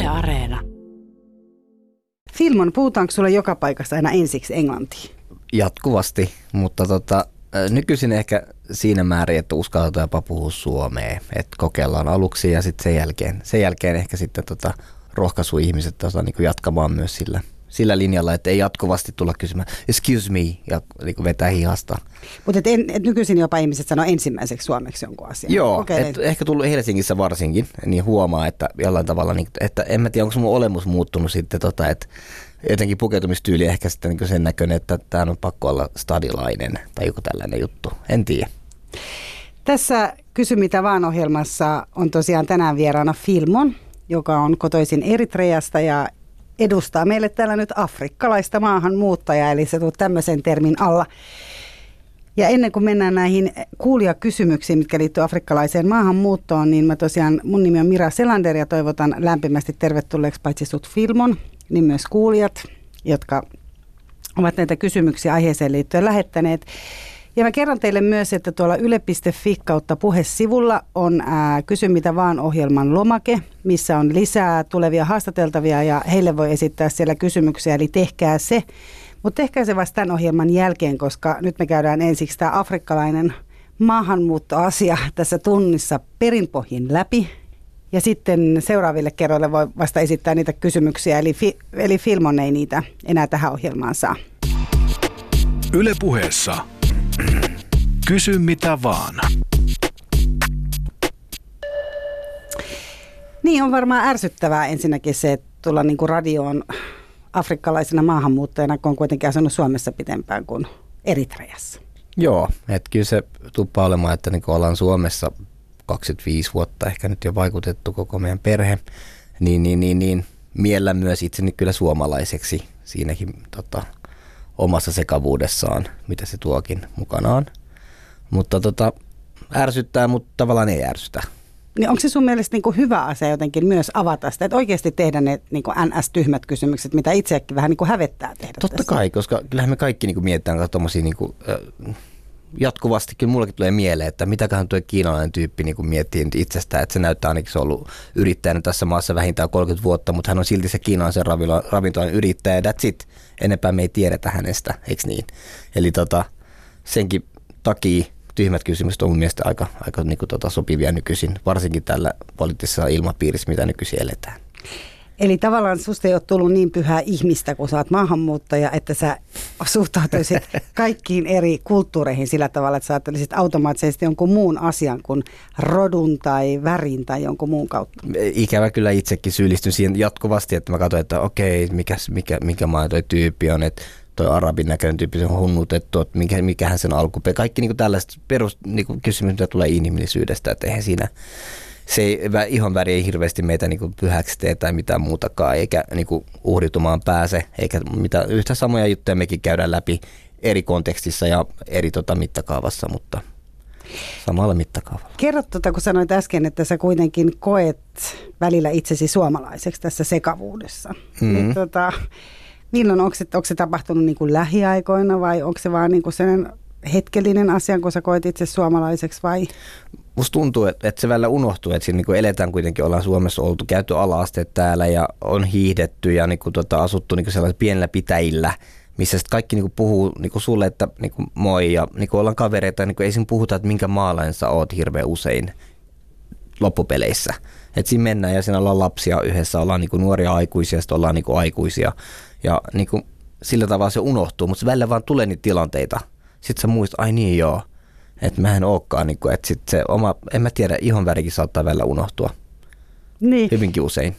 Areena. Filmon, puhutaanko sulle joka paikassa aina ensiksi englantia? Jatkuvasti, mutta nykyisin ehkä siinä määrin, että uskalletaan jopa puhua suomea, että kokeillaan aluksi ja sitten sen jälkeen ehkä sitten rohkaisu ihmiset niin kuin jatkamaan myös sillä linjalla, että ei jatkuvasti tulla kysymään excuse me ja niin vetää hihasta. Mutta nykyisin jopa ihmiset sanoo ensimmäiseksi suomeksi jonkun asian. Joo, ehkä tullut Helsingissä varsinkin, niin huomaa, että jollain tavalla, että en mä tiedä, onko mun olemus muuttunut sitten, että jotenkin pukeutumistyyli ehkä sitten niin sen näköinen, että tämä on pakko olla stadilainen tai joku tällainen juttu. En tiedä. Tässä Kysy mitä vaan -ohjelmassa on tosiaan tänään vieraana Filmon, joka on kotoisin Eritreasta ja edustaa meille täällä nyt afrikkalaista maahanmuuttajaa, eli se tuo tämmöisen termin alla. Ja ennen kuin mennään näihin kuulijakysymyksiin, mitkä liittyy afrikkalaiseen maahanmuuttoon, niin mun nimi on Mira Selander ja toivotan lämpimästi tervetulleeksi paitsi sut Filmon, niin myös kuulijat, jotka ovat näitä kysymyksiä aiheeseen liittyen lähettäneet. Ja mä kerron teille myös, että tuolla yle.fi/puhesivulla on Kysy mitä vaan -ohjelman lomake, missä on lisää tulevia haastateltavia ja heille voi esittää siellä kysymyksiä, eli tehkää se. Mutta tehkää se vasta tämän ohjelman jälkeen, koska nyt me käydään ensiksi tämä afrikkalainen maahanmuuttoasia tässä tunnissa perinpohjin läpi. Ja sitten seuraaville kerroille voi vasta esittää niitä kysymyksiä, eli Filmon ei niitä enää tähän ohjelmaan saa. Yle Puheessa. Kysy mitä vaan. Niin, on varmaan ärsyttävää ensinnäkin se, että tulla niinku radioon afrikkalaisena maahanmuuttajana, kun on kuitenkin asunut Suomessa pitempään kuin Eritreassa. Joo, että kyllä se tuppaa olemaan, että niin ollaan Suomessa 25 vuotta ehkä nyt jo vaikutettu koko meidän perhe, niin miellän myös itseni kyllä suomalaiseksi siinäkin omassa sekavuudessaan, mitä se tuokin mukanaan. Mutta ärsyttää, mutta tavallaan ei ärsytä. Niin onko se sun mielestä niinku hyvä asia jotenkin myös avata sitä, että oikeasti tehdä ne niinku NS-tyhmät kysymykset, mitä itseäkin vähän niinku hävettää tehdä? Totta tässä? Kai, koska kyllähän me kaikki niinku mietitään tommosia niinku, jatkuvasti, kyllä mullakin tulee mieleen, että mitäköhän tuo kiinalainen tyyppi niinku miettii itsestään, että se näyttää ainakin se on ollut yrittäjänä tässä maassa vähintään 30 vuotta, mutta hän on silti se kiinalaisen ravintolan yrittäjä, that's it. Enempää me ei tiedetä hänestä, eikö niin? Eli senkin takia tyhmät kysymykset on mun mielestä aika niinku sopivia nykyisin, varsinkin tällä poliittisessa ilmapiirissä, mitä nykyisin eletään. Eli tavallaan susta ei ole tullut niin pyhää ihmistä, kun sä oot maahanmuuttaja, että sä suhtautuisit kaikkiin eri kulttuureihin sillä tavalla, että sä ajattelisit automaattisesti jonkun muun asian kuin rodun tai värin tai jonkun muun kautta. Ikävä kyllä itsekin syyllistyn siihen jatkuvasti, että mä katsoin, että okei, mikä maa toi tyyppi on, että toi arabin näköinen tyyppi on hunnutettu, että mikähän sen alkuperä. Kaikki niin tällaiset peruskysymykset, mitä tulee inhimillisyydestä, että eihän siinä se ihon väri ei hirveästi meitä niin pyhäksi tee tai mitään muutakaan, eikä niin uhritumaan pääse, eikä mitään yhtä samoja juttuja mekin käydään läpi eri kontekstissa ja eri mittakaavassa, mutta samalla mittakaavalla. Kerro kun sanoit äsken, että sä kuitenkin koet välillä itsesi suomalaiseksi tässä sekavuudessa. Niin, milloin onko se tapahtunut niin kuin lähiaikoina vai onko se vaan niin kuin sellainen hetkellinen asia, kun sä koet itse suomalaiseksi vai? Musta tuntuu, että se välillä unohtuu, että siinä niin eletään kuitenkin, ollaan Suomessa oltu, käyty ala-asteet täällä ja on hiihdetty ja niin asuttu niin sellaisilla pienillä pitäjillä, missä sitten kaikki niin puhuu niin sulle, että niin moi ja niin ollaan kavereita ja niin ei siinä puhuta, että minkä maalainen sä oot hirveän usein loppupeleissä. Että siinä mennään ja siinä ollaan lapsia yhdessä, ollaan niin nuoria aikuisia, sitten ollaan niin aikuisia ja niin sillä tavalla se unohtuu, mutta välillä vaan tulee niitä tilanteita. Sitten sä muistat, ai niin joo, että mä en olekaan, niin kuin, että sit se oma, en mä tiedä, ihonvärikin saattaa välillä unohtua. Niin. Hyvinkin usein.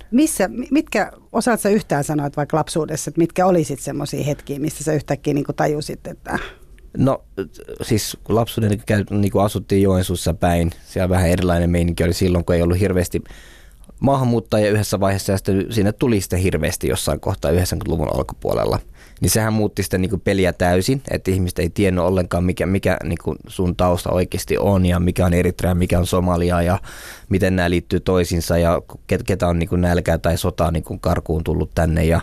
Osaat sä yhtään sanoa, että vaikka lapsuudessa, että mitkä olisit semmoisia hetkiä, mistä sä yhtäkkiä niin kuin tajusit, että? No siis kun lapsuuden niin asuttiin Joensuussa päin, siellä vähän erilainen meininki oli silloin, kun ei ollut hirveästi maahanmuuttajia yhdessä vaiheessa ja sitten siinä tuli sitten hirveästi jossain kohtaa 90-luvun alkupuolella. Niin sehän muutti sitten niin kuin peliä täysin, että ihmiset ei tiennyt ollenkaan, mikä niin kuin sun tausta oikeasti on ja mikä on Eritrea, mikä on Somalia ja miten nämä liittyy toisiinsa ja ketä on niin kuin nälkää tai sotaa niin kuin karkuun tullut tänne. Ja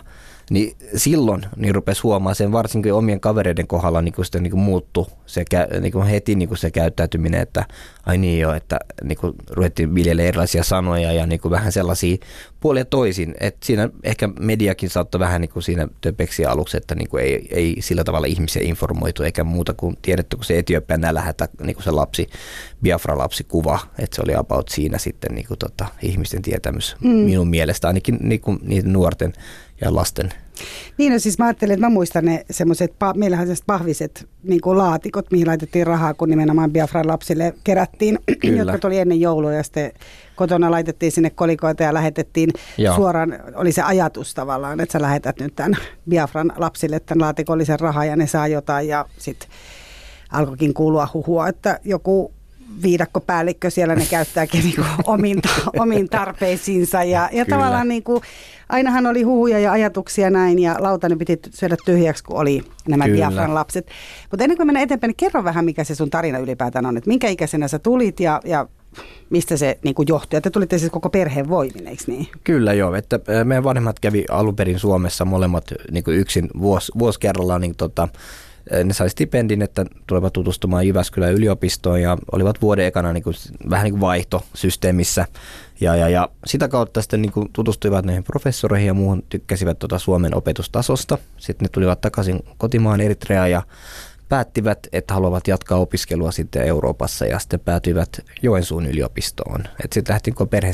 Niin silloin niin rupesi huomaamaan sen varsinkin omien kavereiden kohdalla niin kuin sitä niin kuin muuttui niin kuin heti niin kuin se käyttäytyminen, että ai niin joo, että niin kuin ruvettiin viljelemään erilaisia sanoja ja niin kuin vähän sellaisia puolia toisin. Että siinä ehkä mediakin saattoi vähän niin kuin siinä töpeksiä aluksi, että niin kuin ei sillä tavalla ihmisiä informoitu eikä muuta kuin tiedetty, kun se Etiopian nälähätä, niin kuin se Biafra-lapsi kuva, että se oli about siinä sitten niin kuin ihmisten tietämys minun mielestä, ainakin niin kuin niiden nuorten ja lasten. Niin, no siis mä ajattelin, että mä muistan ne semmoiset, meillähän sellaiset pahviset niin kuin laatikot, mihin laitettiin rahaa, kun nimenomaan Biafran lapsille kerättiin, jotka tuli ennen joulua ja sitten kotona laitettiin sinne kolikoita ja lähetettiin suoraan, oli se ajatus tavallaan, että sä lähetät nyt tämän Biafran lapsille tämän laatikollisen rahaa ja ne saa jotain ja sitten alkoikin kuulua huhua, että joku viidakkopäällikkö siellä ne käyttääkin niin kuin omiin tarpeisiinsa ja tavallaan niin kuin, ainahan oli huhuja ja ajatuksia näin ja lautanen piti syödä tyhjäksi, kun oli nämä Biafran lapset. Mutta ennen kuin mennään eteenpäin, niin kerro vähän, mikä se sun tarina ylipäätään on, että minkä ikäisenä sä tulit ja mistä se niin kuin johtui? Te tulitte siis koko perheen voimin, eikö niin? Kyllä joo, että meidän vanhemmat kävi alun perin Suomessa molemmat niin kuin yksin vuosi kerrallaan, niin ne sai stipendin, että tulevat tutustumaan Jyväskylän yliopistoon ja olivat vuoden ekana niin kuin, vähän niin kuin vaihtosysteemissä. Ja sitä kautta sitten niin kuin tutustuivat näihin professoreihin ja muuhun, tykkäsivät Suomen opetustasosta. Sitten ne tulivat takaisin kotimaan Eritreaan ja päättivät, että haluavat jatkaa opiskelua sitten Euroopassa ja sitten päätyivät Joensuun yliopistoon. Sitten lähti perhe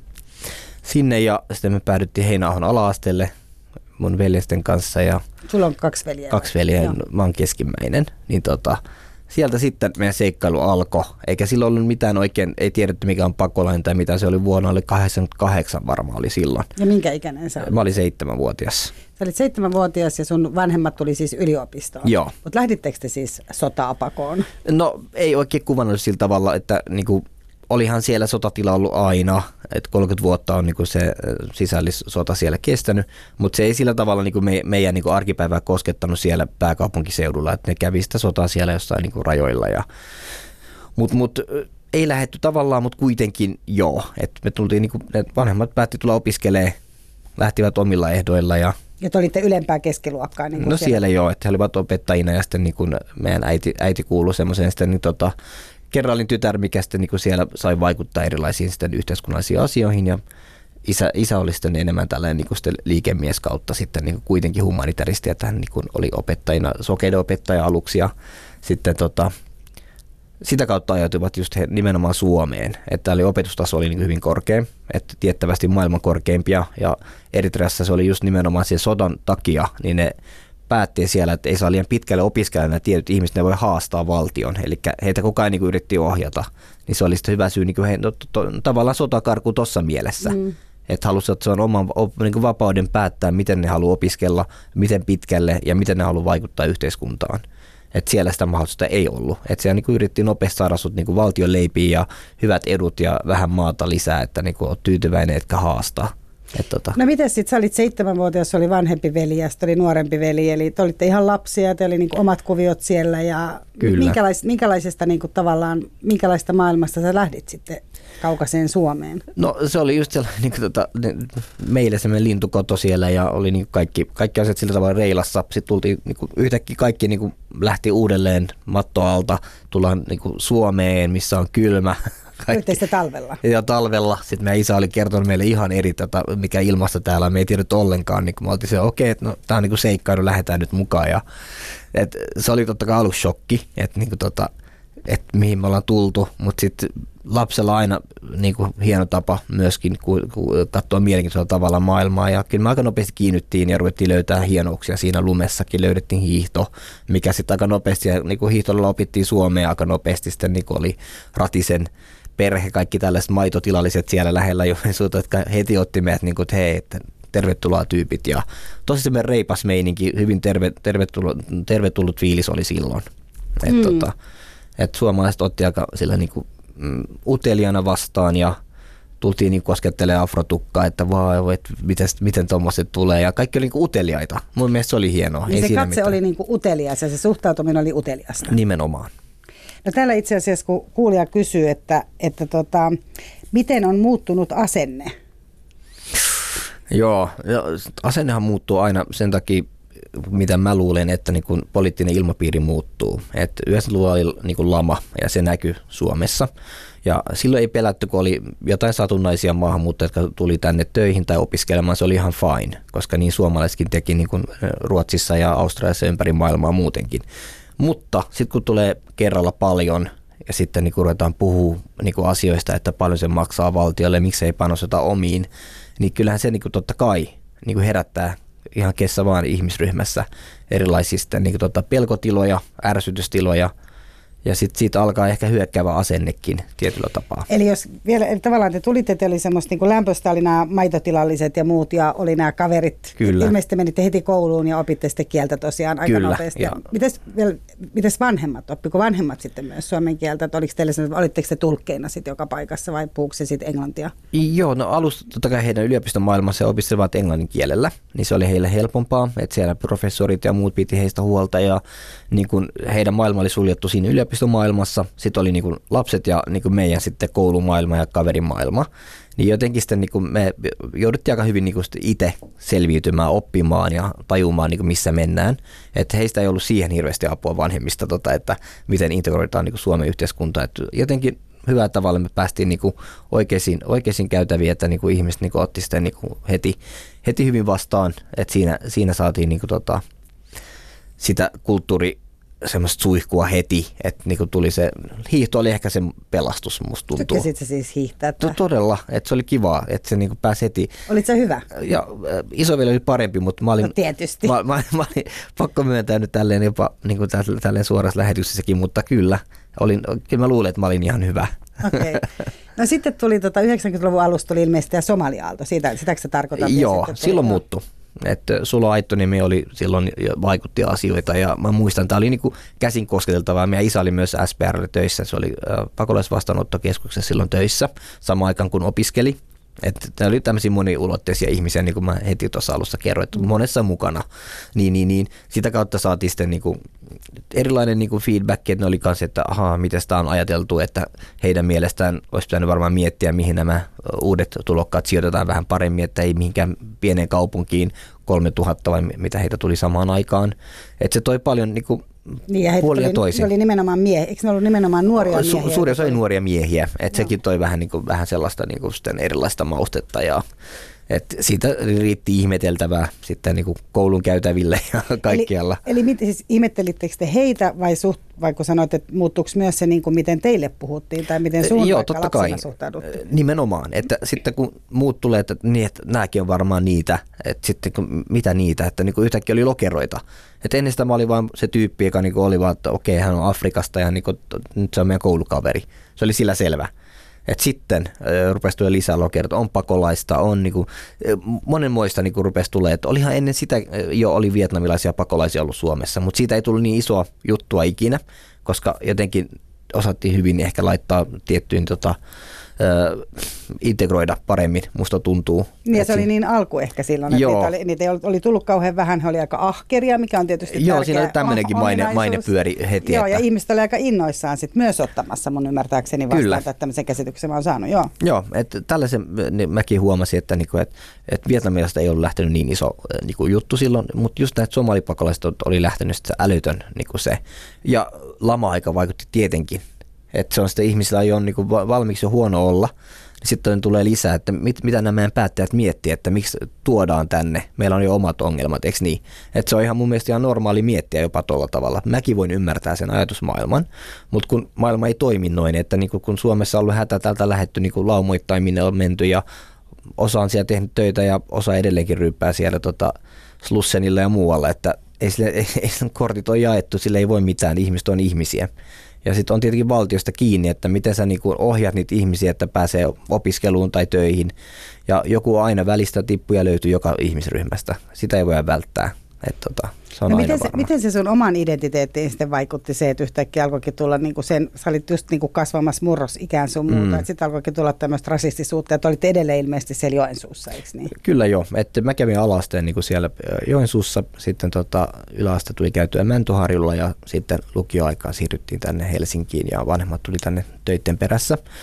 sinne ja sitten me päädyttiin Heinäahon ala-asteelle mun veljesten kanssa. Ja sulla on 2 veljeä? 2 veljeä, mä oon keskimmäinen. Niin sieltä sitten meidän seikkailu alkoi, eikä silloin ollut mitään oikein, ei tiedetty mikä on pakolainen tai mitä se oli vuonna, oli 88 varmaan oli silloin. Ja minkä ikäinen sä olit? Mä olin 7-vuotias. Sä olit 7-vuotias ja sun vanhemmat tuli siis yliopistoon. Joo. Mutta lähdittekö te siis sotaa pakoon? No ei oikein kuvannut sillä tavalla, että niinku, olihan siellä sotatila ollut aina, että 30 vuotta on niinku se sisällissota siellä kestänyt, mutta se ei sillä tavalla niinku meidän niinku arkipäivää koskettanut siellä pääkaupunkiseudulla, että ne kävi sitä sotaa siellä jossain niinku rajoilla. Mutta ei lähdetty tavallaan, mutta kuitenkin joo. Et me tultiin, niinku, ne vanhemmat päätti tulla opiskelemaan, lähtivät omilla ehdoilla. Ja te olitte ylempää keskiluokkaa? Niin no siellä joo, että he olivat opettajina ja sitten niinku meidän äiti kuului semmoiseen sitten niin kerrallin tytär, mikä sitten niin siellä sai vaikuttaa erilaisiin sitten yhteiskunnallisiin asioihin ja isä oli sitten enemmän tällainen niin sitten liikemies kautta sitten niin kuitenkin humanitaristi, että hän niin oli opettajina, sokeiden opettaja aluksi ja sitten sitä kautta ajautuivat just he nimenomaan Suomeen, että opetustaso oli niin hyvin korkea, että tiettävästi maailman korkeimpia ja Eritreassa se oli just nimenomaan sen sodan takia, niin ne päätti siellä, että ei saa liian pitkälle opiskella nämä tietyt ihmiset, ne voi haastaa valtion. Eli heitä koko ajan niin yritti ohjata. Niin se oli sitten hyvä syy niin tavallaan sotakarkuun tuossa mielessä. Että halusivat, että se on oman niin vapauden päättää, miten ne haluaa opiskella, miten pitkälle ja miten ne haluaa vaikuttaa yhteiskuntaan. Että siellä sitä mahdollisuutta ei ollut. Että siellä niin yritti nopeasti saada sut niin valtion leipiin ja hyvät edut ja vähän maata lisää, että niin olet tyytyväinen etkä haastaa. No miten sitten, sä olit 7-vuotias, oli vanhempi veli ja sitten oli nuorempi veli, eli te olitte ihan lapsia, te oli niinku omat kuviot siellä ja minkälaisesta niinku tavallaan, minkälaista maailmasta sä lähdit sitten kaukaiseen Suomeen? No se oli just sellainen, meille semmoinen lintukoto siellä ja oli niinku kaikki asiat sillä tavalla reilassa. Sitten tultiin niinku, yhtäkkiä kaikki niinku lähti uudelleen mattoalta, tullaan niinku Suomeen, missä on kylmä. Yhteistä talvella. Ja talvella. Sitten meidän isä oli kertonut meille ihan eri, mikä ilmasta täällä on. Me ei tiedetty ollenkaan. Niin me oltiin se, okei, että no, tämä on niin kuin seikkailu, lähdetään nyt mukaan. Ja, se oli totta kai aluksi shokki, että niin mihin me ollaan tultu. Mutta sitten lapsella aina niin kuin hieno tapa myöskin katsoa mielenkiintoisella tavalla maailmaa. Ja kyllä me aika nopeasti kiinnyttiin ja ruvettiin löytää hienouksia siinä lumessakin. Löydettiin hiihto, mikä sitten aika nopeasti, ja niin kuin hiihtolla opittiin Suomea aika nopeasti. Sitten niin oli Ratisen perhe, kaikki tällaiset maitotilalliset siellä lähellä Joensuuta, jotka heti otti meidät, niin kuin, että hei, että tervetuloa tyypit. Ja tosi semmoinen reipas meininki, hyvin tervetullut fiilis oli silloin. Että suomalaiset otti aika sillä niin kuin, uteliaana vastaan ja tultiin niin koskettelemaan afrotukkaa, että vau, että miten tuommoiset tulee. Ja kaikki oli niin kuin uteliaita. Mun mielestä se oli hienoa. Niin se katse oli niin kuin utelias ja se suhtautuminen oli uteliasta. Nimenomaan. No täällä itse asiassa, kun kuulija kysyy, että miten on muuttunut asenne? Joo, asennehan muuttuu aina sen takia, mitä mä luulen, että niin kun poliittinen ilmapiiri muuttuu. Et 90-luvulla oli niin kun lama ja se näkyi Suomessa. Ja silloin ei pelätty, kun oli jotain satunnaisia maahanmuuttajia, jotka tuli tänne töihin tai opiskelemaan, se oli ihan fine, koska niin suomalaisetkin teki niin kuin Ruotsissa ja Australiassa ympäri maailmaa muutenkin. Mutta sitten kun tulee kerralla paljon ja sitten niin kun ruvetaan puhumaan niin kun asioista, että paljon se maksaa valtiolle ja miksei panosteta omiin, niin kyllähän se niin kun totta kai niin kun herättää ihan kessä vaan ihmisryhmässä erilaisista niin kun pelkotiloja, ärsytystiloja. Ja sitten siitä alkaa ehkä hyökkäävä asennekin tietyllä tapaa. Eli jos vielä tavallaan te tulitte, te oli semmoista niin kuin lämpöstä, oli nämä maitotilalliset ja muut ja oli nämä kaverit. Kyllä. Ilmeisesti menitte heti kouluun ja opitte sitten kieltä tosiaan aika Kyllä, nopeasti. ja Mites vanhemmat? Oppiko vanhemmat sitten myös suomen kieltä? Että olitteko te tulkkeina sitten joka paikassa vai puhuuko se sitten englantia? Joo, no alusta totta kai heidän yliopiston maailmassa he opiskelivat englannin kielellä, niin se oli heille helpompaa, että siellä professorit ja muut piti heistä huolta ja niin kun heidän maailma oli suljettu siinä yliopistomaailmassa, sitten oli niin kun lapset ja niin kun meidän sitten koulumaailma ja kaverimaailma, niin jotenkin sitten niin kun me jouduttiin aika hyvin niin kun itse selviytymään, oppimaan ja tajumaan niin kun missä mennään, että heistä ei ollut siihen hirveästi apua vanhemmista, että miten integroidaan niin kun Suomen yhteiskuntaan, että jotenkin hyvällä tavalla me päästiin niin kuin oikeisiin käytäviin, että niin kuin ihmiset niin kuin otti sitä niin kuin heti hyvin vastaan, että siinä saatiin niin kuin sitä semmoista suihkua heti, että niin kuin tuli se, hiihto oli ehkä se pelastus, musta tuntuu. Tykkäsitkö siis hiihtää? Todella, että se oli kivaa, että se niin kuin pääsi heti. Olit sä hyvä? Ja isoveli oli parempi, mutta mä olin, no tietysti. Mä olin pakko myöntää nyt tälleen jopa niin kuin tälleen suorassa lähetyksessäkin, mutta kyllä mä luulen, että mä olin ihan hyvä. Okei. No sitten tuli 90-luvun alusta tuli ilmeisesti ja Somalia-aalto, sitäkö sä tarkoitat? Joo, silloin muuttui. Että Sulo Aittonimi oli silloin vaikutti asioita ja mä muistan, tämä oli niin kuin käsin kosketeltavaa. Meidän isä oli myös SPR:llä töissä, se oli pakolaisvastaanottokeskuksessa silloin töissä samaan aikaan kun opiskeli. Että tämä oli tämmöisiä moniulotteisia ihmisiä, niin kuin mä heti tuossa alussa kerroin, että monessa mukana. Niin. Sitä kautta saatiin sitten niin kuin erilainen niin kuin feedback, että ne oli kanssa, että miten sitä on ajateltu, että heidän mielestään olisi pitänyt varmaan miettiä, mihin nämä uudet tulokkaat sijoitetaan vähän paremmin, että ei mihinkään pieneen kaupunkiin 3000 vai mitä heitä tuli samaan aikaan. Että se toi paljon niin kuin puolia ja toisin. Oli nimenomaan eikö ne ollut nimenomaan nuoria miehiä? Suuri osa oli nuoria miehiä, että sekin toi vähän sellaista niin kuin sitten erilaista maustetta ja että siitä riitti ihmeteltävää sitten niin kuin koulun käytäville ja kaikkialla. Eli siis ihmettelittekö te heitä vai kun sanoit, että muuttuuko myös se, niin kuin miten teille puhuttiin tai miten sun vaikka lapsena suhtauduttiin? Nimenomaan, että sitten kun muut tulee, että nämäkin on varmaan niitä, että sitten kun, mitä niitä, että niin kuin yhtäkkiä oli lokeroita. Että ennen sitä mä olin vaan se tyyppi, joka niin kuin oli vaan, että okei, hän on Afrikasta ja niin kuin, nyt se on meidän koulukaveri. Se oli sillä selvä. Et sitten rupesi tulla lisää lokeroita, on pakolaista, on niinku, monenmoista niinku rupesi tulee, että olihan ennen sitä jo oli vietnamilaisia pakolaisia ollut Suomessa, mutta siitä ei tullut niin isoa juttua ikinä, koska jotenkin osattiin hyvin ehkä laittaa tiettyyn integroida paremmin, musta tuntuu. Niin se oli niin alku ehkä silloin, että niitä oli tullut kauhean vähän, he oli aika ahkeria, mikä on tietysti tärkeä. Joo, siinä oli tämmöinenkin maine pyöri heti. Joo, ja ihmiset oli aika innoissaan sit myös ottamassa mun ymmärtääkseni vastaan, että tämmöisen käsityksen mä oon saanut. Joo, että tällaisen niin mäkin huomasin, että vietnamilaiset ei ollut lähtenyt niin iso juttu silloin, mutta just näitä somalipakolaiset oli lähtenyt sitten älytön se. Ja lama-aika vaikutti tietenkin. Että se on sitten ihmisillä jo niin kuin valmiiksi jo huono olla. Sitten tulee lisää, että mitä nämä meidän päättäjät miettii, että miksi tuodaan tänne. Meillä on jo omat ongelmat, eikö niin? Että se on ihan mun mielestä ihan normaali miettiä jopa tuolla tavalla. Mäkin voin ymmärtää sen ajatusmaailman, mutta kun maailma ei toimi noin, että niin kun Suomessa on ollut hätä täältä lähdetty niin laumoittain, minne on menty ja osa on siellä tehnyt töitä ja osa edelleenkin ryyppää siellä Slussenilla ja muualla, että ei kortit on jaettu, sille ei voi mitään, ihmiset on ihmisiä. Ja sitten on tietenkin valtiosta kiinni, että miten sä niinku ohjaat niitä ihmisiä, että pääsee opiskeluun tai töihin. Ja joku aina välistä tippuja löytyy joka ihmisryhmästä. Sitä ei voi välttää. Se on miten se sun oman identiteettiin sitten vaikutti se, että yhtäkkiä alkoikin tulla niinku sä olit just niinku kasvamassa murrosikään sun muuta, että sitten alkoikin tulla tämmöistä rasistisuutta, että olitte edelleen ilmeisesti siellä Joensuussa, eikö niin? Kyllä joo, että mä kävin alasteen niinku siellä Joensuussa, sitten yläaste tuli käytyä Mäntyharjulla ja sitten lukioaikaan siirryttiin tänne Helsinkiin ja vanhemmat tuli tänne töitten perässä.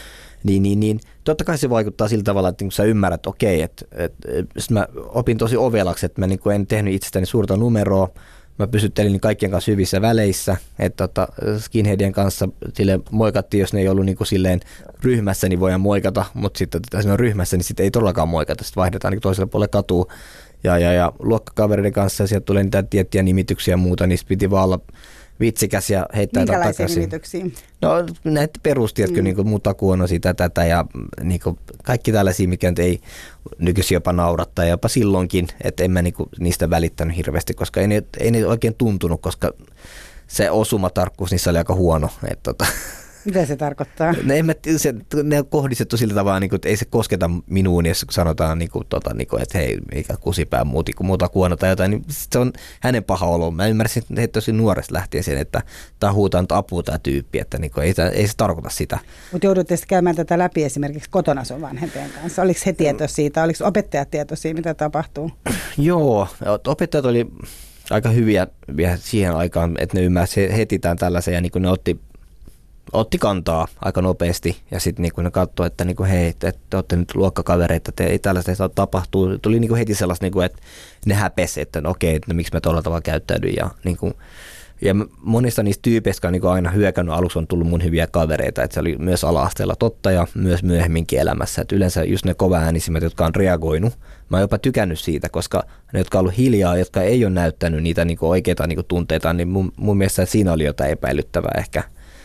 niin totta kai se vaikuttaa sillä tavalla, että kun sä ymmärrät, että okei, että mä opin tosi ovelaksi, että mä niin en tehnyt itsestäni suurta numeroa, mä pysyttelin kaikkien kanssa hyvissä väleissä, että skinheadien kanssa sille moikattiin, jos ne ei ollut niin kuin silleen ryhmässä, niin voidaan moikata, mutta sitten jos ne on ryhmässä, niin sitten ei todellakaan moikata, sitten vaihdetaan niin toiselle puolelle katua ja luokkakavereiden kanssa ja sieltä tulee niitä tiettyjä nimityksiä ja muuta, niin piti vaan olla vitsikäs ja heittää jotain takaisin. Minkälaisia nimityksiä? No näitä perustiedätkö, niin kuin mutakuono sitä, tätä ja niin kuin kaikki tällaisia, mikä nyt ei nykyisin jopa naurattaa ja jopa silloinkin, että en mä niin kuin niistä välittänyt hirveästi, koska ei ne oikein tuntunut, koska se osumatarkkuus niissä oli aika huono. Mitä se tarkoittaa? Ne on kohdistettu sillä tavalla, että ei se kosketa minuun, jos sanotaan, että hei, mikä kusipää muuta kuono tai jotain, niin se on hänen paha olo. Mä ymmärsin että tosi nuoresta lähtien sen, että tämä huutaa nyt apua tämä tyyppi, että ei se tarkoita sitä. Mutta joudutte sitten käymään tätä läpi esimerkiksi kotona sun vanhempien kanssa. Oliko he tietoisia siitä? Oliko opettajat tietoisia, mitä tapahtuu? Joo, opettajat oli aika hyviä vielä siihen aikaan, että ne ymmärsivät heti tämän tällaisen ja niin ne otti kantaa aika nopeasti ja sitten niin ne katsoi, että niin hei, te olette nyt luokkakavereita, että ei tällaista ei saa tapahtua. Tuli niin heti sellaista, niin että ne häpesi, että okei, että miksi mä tuolla tavalla käyttäydyn. Ja monista niistä tyypeistä, jotka on aina hyökännyt aluksi, on tullut mun hyviä kavereita. Että se oli myös ala-asteella totta ja myös myöhemminkin elämässä. Että yleensä just ne kovaäänisimmät, jotka on reagoinut. Mä oon jopa tykännyt siitä, koska ne, jotka on ollut hiljaa, jotka ei ole näyttänyt niitä niin oikeita niin tunteita, niin mun mielestä siinä oli jotain epäilyttävää ehkä.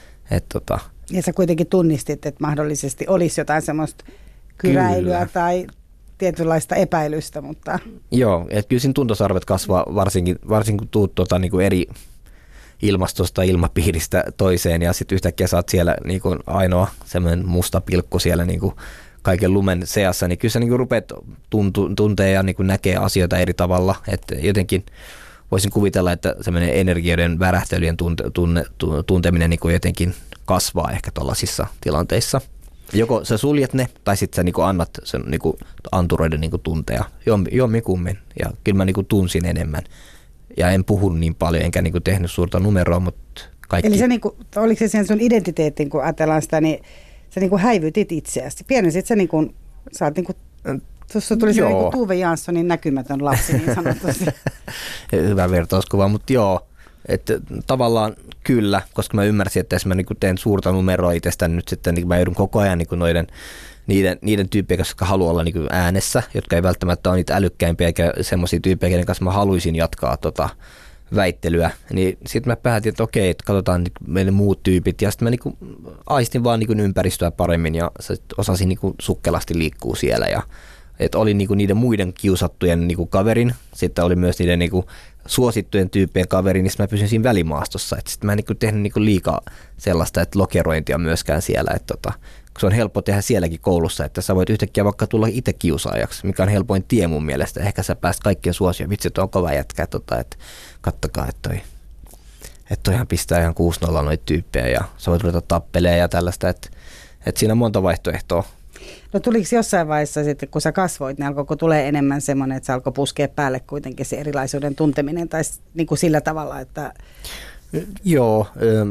Ja sä kuitenkin tunnistit, että mahdollisesti olisi jotain semmoista kyräilyä tai tietynlaista epäilystä, mutta... Joo, että kyllä siinä tuntosarvet kasvaa varsinkin kun tuut niin kuin eri ilmastosta, ilmapiiristä toiseen ja sitten yhtäkkiä sä oot siellä niin kuin ainoa semmoinen musta pilkku siellä niin kuin kaiken lumen seassa, niin kyllä sä niin kuin rupeat tuntee ja niin kuin näkee asioita eri tavalla, että jotenkin... Voisin kuvitella, että semmoinen energioiden värähtelyjen tunteminen niin kuin jotenkin kasvaa ehkä tuollaisissa tilanteissa. Joko sä suljet ne, tai sitten sä niin kuin annat sen niin kuin anturoiden niin kuin tunteja jommikummin. Ja kyllä mä niin kuin tunsin enemmän. Ja en puhu niin paljon, enkä niin kuin tehnyt suurta numeroa, mutta kaikki... Eli niin kuin, oliko se siihen sun identiteettiin, kun ajatellaan sitä, niin sä niin kuin häivytit itseäsi. Pienensit sä niin kuin, sä oot niin kuin... Tuossa tuli se niin Tuve Janssonin näkymätön lapsi niin sanotusti. Hyvä vertauskuva, mutta joo, että tavallaan kyllä, koska mä ymmärsin, että jos mä niin teen suurta numeroa itsestäni nyt sitten, niin mä joudun koko ajan niin niiden tyyppejä, jotka haluaa olla niin äänessä, jotka ei välttämättä ole niitä älykkäimpiä eikä semmoisia tyyppejä, joiden kanssa mä haluaisin jatkaa väittelyä, niin sitten mä päätin, että okei, että katsotaan meille muut tyypit, ja sitten mä niinku aistin vaan niinku ympäristöä paremmin, ja osasin niinku sukkelasti liikkua siellä, ja että oli niinku niiden muiden kiusattujen niinku kaverin, sitten oli myös niiden niinku suosittujen tyyppien kaverin, niin mä pysyin siinä välimaastossa, että sitten mä en niinku tehnyt niinku liikaa sellaista, että lokerointia myöskään siellä, että se on helppo tehdä sielläkin koulussa, että sä voit yhtäkkiä vaikka tulla itse kiusaajaksi, mikä on helpoin tie mun mielestä. Ehkä sä pääst kaikkien suosioon. Vitsi, että on kova jätkä, että kattokaa, että toihan pistää ihan 6-0 noita tyyppejä ja sä voit ruveta tappelemaan ja tällaista, että siinä on monta vaihtoehtoa. No tuliko jossain vaiheessa sitten, kun sä kasvoit, niin alkoiko tulee enemmän semmoinen, että sä alkoi puskea päälle kuitenkin se erilaisuuden tunteminen tai niin kuin sillä tavalla, että... Joo,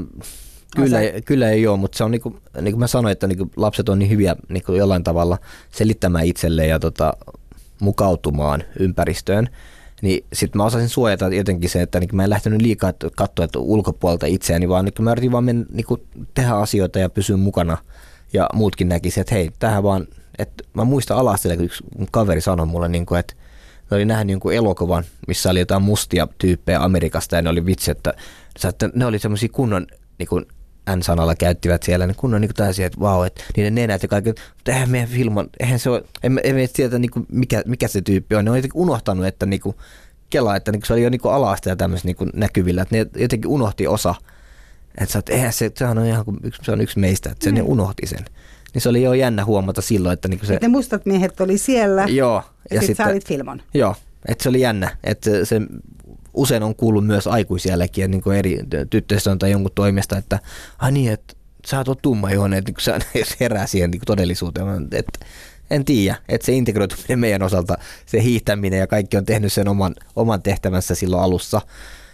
Kyllä ei ole, mutta se on niin kuin mä sanoin, että niin lapset on niin hyviä niin jollain tavalla selittämään itselleen ja mukautumaan ympäristöön. Niin sitten mä osasin suojata jotenkin se, että niin mä en lähtenyt liikaa katsoa ulkopuolelta itseäni, vaan niin mä yritin vaan mennä, niin tehdä asioita ja pysyä mukana. Ja muutkin näkisivät, että hei, tähän vaan, että mä muistan ala-asteella, kun yksi kaveri sanoi mulle, niin kuin, että ne oli nähnyt jonkun elokuvan, missä oli jotain mustia tyyppejä Amerikasta ja ne oli vitsi, että ne oli semmoisia kunnon niin kuin N-sanalla käyttivät siellä, niin kunnon niin tällaisia, että vau, että niiden nenät ja kaikki, mutta eihän meidän filman, eihän se ole, emme tiedä niin kuin mikä se tyyppi on. Ne on jotenkin unohtanut, että niin kuin, kelaa, että niin kuin se oli jo niin ala-aste ja tämmöistä niin näkyvillä, että ne jotenkin unohti osa, että eihän sehän on ihan kuin se on yksi meistä, että se ne unohti sen. Niin se oli jo jännä huomata silloin, että... Niin se, ne mustat miehet oli siellä joo, ja sitten sä olit filmon. Joo, että se oli jännä, että se usein on kuullut myös aikuisielläkin, että niin kuin eri tyttöistä tai jonkun toimesta, että niin, että sä oot tummaihoinen, että niin se herää siihen niin todellisuuteen. Että en tiedä, että se integroituminen meidän osalta, se hiihtäminen ja kaikki on tehnyt sen oman tehtävänsä silloin alussa.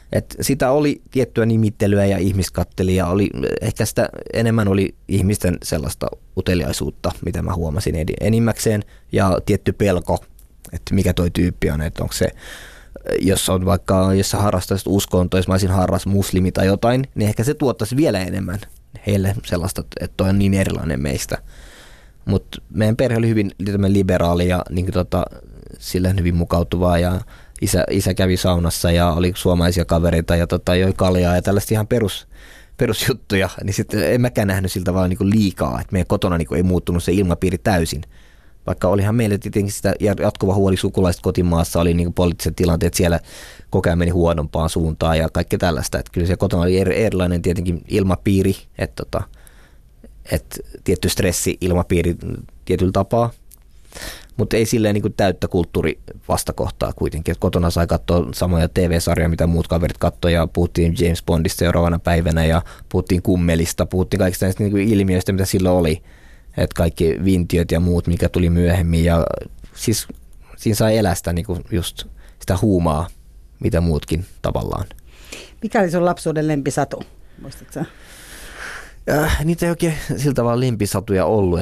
Et sitä oli tiettyä nimittelyä ja ihmiskattelia, ehkä sitä enemmän oli ihmisten sellaista uteliaisuutta, mitä mä huomasin enimmäkseen, ja tietty pelko, että mikä toi tyyppi on, että onko se, jos on vaikka, jos sä harrastaisit uskontoa, jos mä olisin harras muslimi tai jotain, niin ehkä se tuottaisi vielä enemmän heille sellaista, että toi on niin erilainen meistä. Mutta meidän perhe oli hyvin liberaali ja niin silleen hyvin mukautuvaa, ja isä kävi saunassa ja oli suomalaisia kavereita ja joi kaljaa ja tällaista ihan perusjuttuja, niin sitten en mäkään nähnyt siltä vaan niin liikaa, että meidän kotona niin ei muuttunut se ilmapiiri täysin. Vaikka olihan meillä tietenkin sitä jatkuva huoli sukulaiset kotimaassa, oli niin poliittiset tilanteet siellä koko ajan meni huonompaan suuntaan ja kaikkea tällaista. Että kyllä se kotona oli erilainen tietenkin ilmapiiri, että tietty stressi ilmapiiri tietyllä tapaa. Mutta ei silleen niin täyttä kulttuurivastakohtaa kuitenkin. Et kotona sai katsoa samoja TV-sarjoja, mitä muut kaverit katsoi, ja puhuttiin James Bondista seuraavana päivänä, ja puhuttiin kummelista, puhuttiin kaikista näistä niin ilmiöistä, mitä silloin oli. Että kaikki vintiöt ja muut, mikä tuli myöhemmin. Ja siis siinä sai elää sitä, niin just sitä huumaa, mitä muutkin tavallaan. Mikä oli sun lapsuuden lempisatu? Muistatko? Niitä ei oikein sillä tavalla lempisatuja ollut,